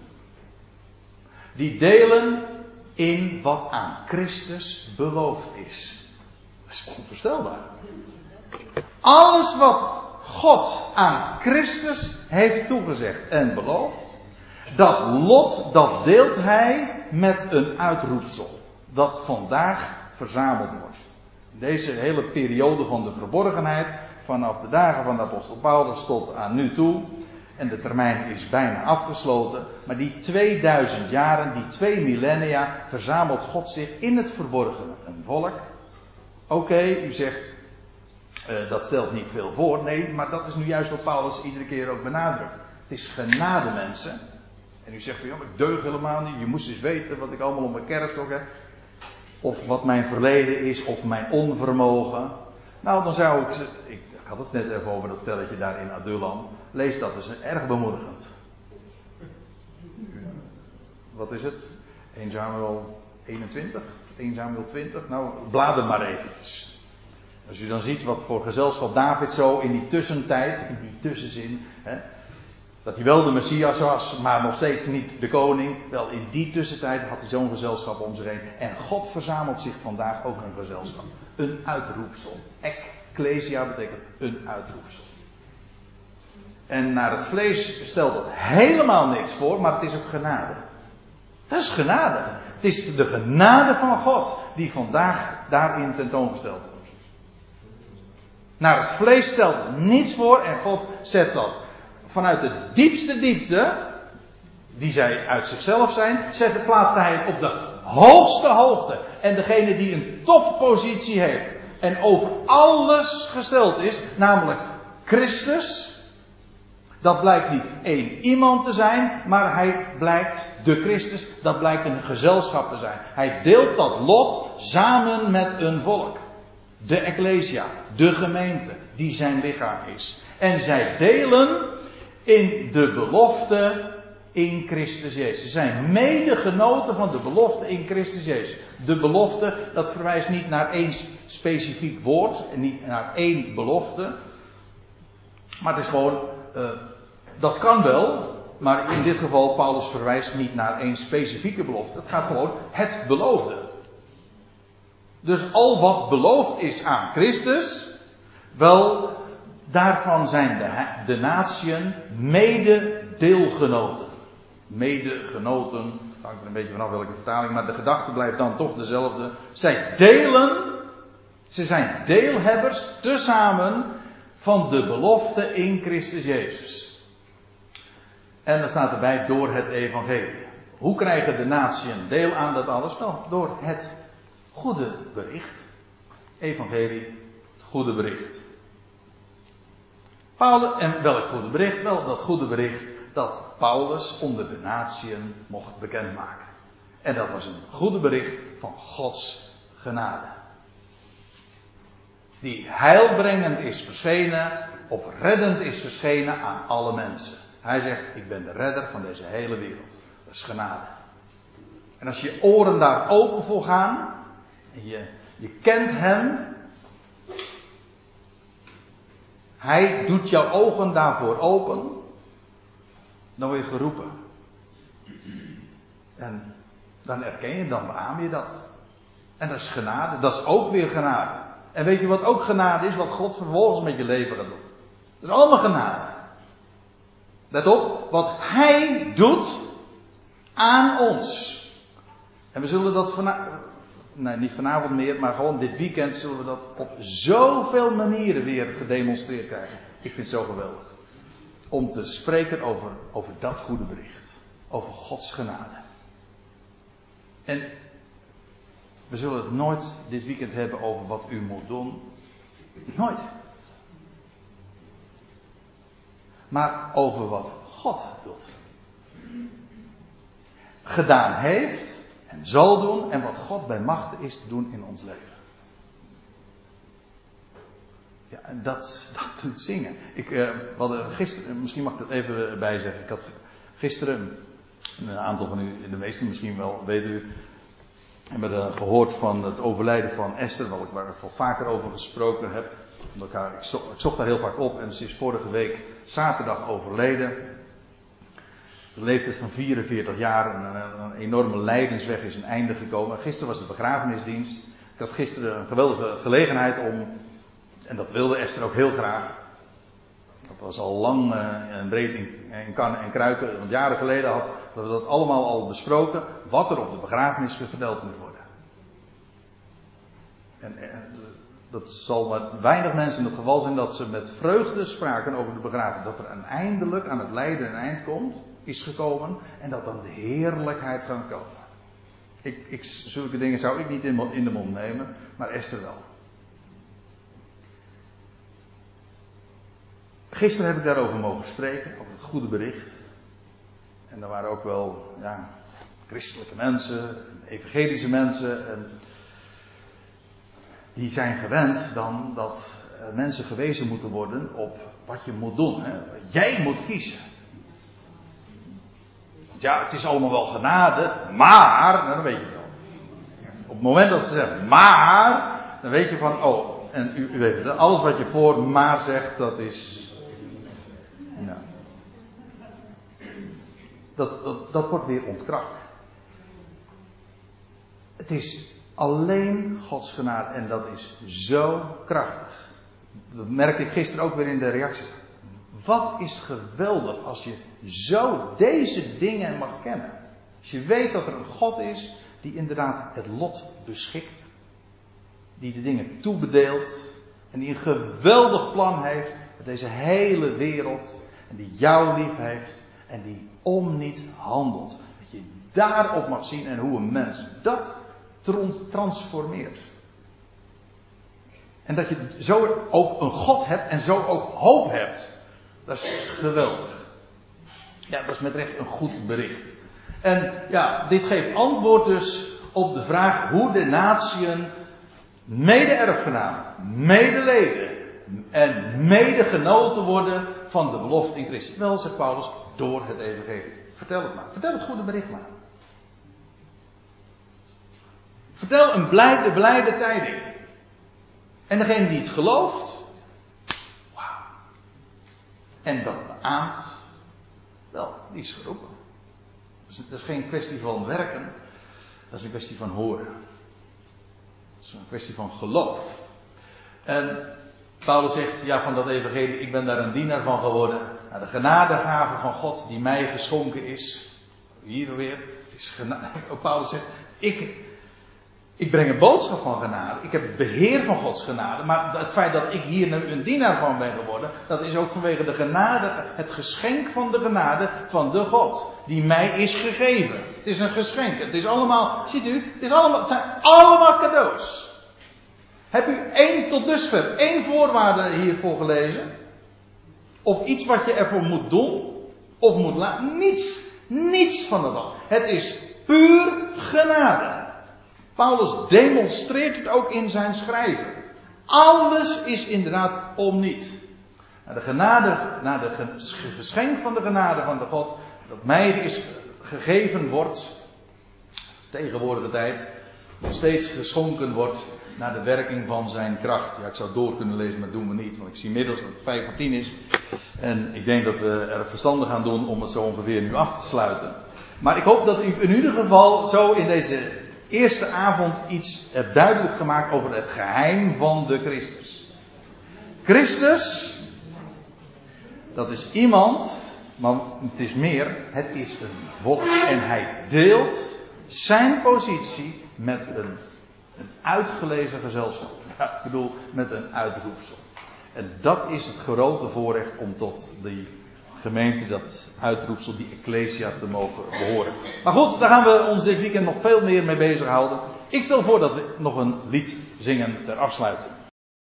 die delen in wat aan Christus beloofd is. Dat is onvoorstelbaar. Alles wat God aan Christus heeft toegezegd en beloofd, dat lot, dat deelt hij met een uitroepsel. Dat vandaag verzameld wordt. Deze hele periode van de verborgenheid, vanaf de dagen van de apostel Paulus tot aan nu toe. En de termijn is bijna afgesloten. Maar die tweeduizend jaren, die twee millennia, verzamelt God zich in het verborgene. Een volk. Oké, okay, u zegt, uh, dat stelt niet veel voor. Nee, maar dat is nu juist wat Paulus iedere keer ook benadrukt. Het is genade, mensen. En u zegt van, ja, maar ik deug helemaal niet. Je moest eens weten wat ik allemaal op mijn kerfstok heb. Of wat mijn verleden is, of mijn onvermogen. Nou, dan zou ik... Ik had het net even over dat stelletje daar in Adullam. Lees dat, dat is erg bemoedigend. Wat is het? Eerste Samuel eenentwintig? Eerste Samuel twintig? Nou, blader maar eventjes. Als u dan ziet wat voor gezelschap David zo in die tussentijd, in die tussenzin... Hè, dat hij wel de Messias was, maar nog steeds niet de koning. Wel, in die tussentijd had hij zo'n gezelschap om zich heen. En God verzamelt zich vandaag ook een gezelschap. Een uitroepsel. Ecclesia betekent een uitroepsel. En naar het vlees stelt dat helemaal niks voor, maar het is ook genade. Dat is genade. Het is de genade van God die vandaag daarin tentoongesteld wordt. Naar het vlees stelt niets voor en God zet dat vanuit de diepste diepte, die zij uit zichzelf zijn, zet, plaatst hij het op de hoogste hoogte. En degene die een toppositie heeft en over alles gesteld is, namelijk Christus, dat blijkt niet één iemand te zijn, maar hij blijkt de Christus, dat blijkt een gezelschap te zijn. Hij deelt dat lot samen met een volk. De Ecclesia, de gemeente, die zijn lichaam is. En zij delen in de belofte in Christus Jezus. Ze zijn medegenoten van de belofte in Christus Jezus. De belofte, dat verwijst niet naar één specifiek woord en niet naar één belofte. Maar het is gewoon, uh, dat kan wel, maar in dit geval Paulus verwijst niet naar één specifieke belofte. Het gaat gewoon het beloofde. Dus al wat beloofd is aan Christus, wel, daarvan zijn de, de natieën mede deelgenoten. Medegenoten, hangt er een beetje vanaf welke vertaling, maar de gedachte blijft dan toch dezelfde. Zij delen, ze zijn deelhebbers tezamen van de belofte in Christus Jezus. En dan staat erbij door het evangelie. Hoe krijgen de natieën deel aan dat alles? Wel, door het goede bericht. Evangelie, het goede bericht. Paulus, en welk goede bericht? Wel, dat goede bericht dat Paulus onder de natieën mocht bekendmaken. En dat was een goede bericht van Gods genade. Die heilbrengend is verschenen, of reddend is verschenen aan alle mensen. Hij zegt, ik ben de redder van deze hele wereld. Dat is genade. En als je oren daar open voor gaan, en je, je kent hem, hij doet jouw ogen daarvoor open, dan word je geroepen. En dan erken je, dan beaam je dat. En dat is genade, dat is ook weer genade. En weet je wat ook genade is, wat God vervolgens met je leven gaat doen? Dat is allemaal genade. Let op, wat hij doet aan ons. En we zullen dat vanavond, nee niet vanavond meer, maar gewoon dit weekend zullen we dat op zoveel manieren weer gedemonstreerd krijgen. Ik vind het zo geweldig. Om te spreken over, over dat goede bericht. Over Gods genade. En we zullen het nooit dit weekend hebben over wat u moet doen. Nooit. Maar over wat God doet. Gedaan heeft en zal doen en wat God bij machte is te doen in ons leven. Ja, en dat, dat doet zingen. Ik uh, we hadden gisteren, misschien mag ik dat even bij zeggen. Ik had Gisteren, een aantal van u, de meesten misschien wel, weet u, hebben gehoord van het overlijden van Esther, waar ik, waar ik al vaker over gesproken heb. Omdat ik, haar, ik, zocht, ik zocht daar heel vaak op en ze is vorige week zaterdag overleden. De leeftijd van vierenveertig jaar, een, een enorme lijdensweg is een einde gekomen. Gisteren was de begrafenisdienst. Ik had gisteren een geweldige gelegenheid om, en dat wilde Esther ook heel graag. Dat was al lang uh, en breed in, in kannen en kruiken. Want jaren geleden hadden we dat allemaal al besproken. Wat er op de begrafenis verteld moet worden. En, en dat zal met weinig mensen in het geval zijn dat ze met vreugde spraken over de begrafenis. Dat er een eindelijk aan het lijden een eind komt, is gekomen. En dat dan de heerlijkheid gaat komen. Ik, ik, zulke dingen zou ik niet in, in de mond nemen, maar Esther wel. Gisteren heb ik daarover mogen spreken, over het goede bericht. En er waren ook wel ja, christelijke mensen, evangelische mensen. En die zijn gewend dan dat uh, mensen gewezen moeten worden op wat je moet doen. Hè? Jij moet kiezen. Ja, het is allemaal wel genade, maar, nou, dan weet je het wel. Op het moment dat ze zeggen, maar, dan weet je van, oh, en u, u weet het, alles wat je voor maar zegt, dat is, nou, dat, dat, dat wordt weer ontkracht. Het is alleen Gods genade en dat is zo krachtig. Dat merkte ik gisteren ook weer in de reactie. Wat is geweldig als je zo deze dingen mag kennen. Als je weet dat er een God is die inderdaad het lot beschikt. Die de dingen toebedeelt. En die een geweldig plan heeft met deze hele wereld. En die jou lief heeft. En die om niet handelt. Dat je daarop mag zien en hoe een mens dat transformeert. En dat je zo ook een God hebt en zo ook hoop hebt. Dat is geweldig. Ja, dat is met recht een goed bericht. En ja, dit geeft antwoord dus op de vraag hoe de natieën mede-erfgenamen, medeleden en medegenoten worden van de belofte in Christus. Wel, zegt Paulus, door het evangelie. Vertel het maar. Vertel het goede bericht maar. Vertel een blijde, blijde tijding. En degene die het gelooft, wauw. En dat beaamt, wel, die is geroepen. Dat is geen kwestie van werken, dat is een kwestie van horen. Dat is een kwestie van geloof. En Paulus zegt, ja, van dat evangelie, ik ben daar een dienaar van geworden. Nou, de genadegave van God die mij geschonken is. Hier weer, het is genade. Paulus zegt, ik, ik breng een boodschap van genade. Ik heb het beheer van Gods genade. Maar het feit dat ik hier nu een dienaar van ben geworden, dat is ook vanwege de genade, het geschenk van de genade van de God. Die mij is gegeven. Het is een geschenk. Het is allemaal, ziet u, het is allemaal, het zijn allemaal cadeaus. Heb u één tot dusver, één voorwaarde hiervoor gelezen? Of iets wat je ervoor moet doen? Of moet laten? Niets. Niets van dat al. Het is puur genade. Paulus demonstreert het ook in zijn schrijven. Alles is inderdaad om niet. Naar de genade, naar de geschenk van de genade van de God, dat mij is gegeven wordt, tegenwoordige tijd, nog steeds geschonken wordt naar de werking van zijn kracht. Ja, ik zou door kunnen lezen, maar dat doen we niet, want ik zie inmiddels dat het vijf voor tien is. En ik denk dat we er verstandig aan doen om het zo ongeveer nu af te sluiten. Maar ik hoop dat u in ieder geval zo in deze eerste avond iets hebt duidelijk gemaakt over het geheim van de Christus. Christus, dat is iemand, maar het is meer, het is een volk. En hij deelt zijn positie met een, een uitgelezen gezelschap. Ja, ik bedoel, met een uitroepsel. En dat is het grote voorrecht om tot die gemeente, dat uitroepsel, die Ecclesia te mogen behoren. Maar goed, daar gaan we ons dit weekend nog veel meer mee bezighouden. Ik stel voor dat we nog een lied zingen ter afsluiting.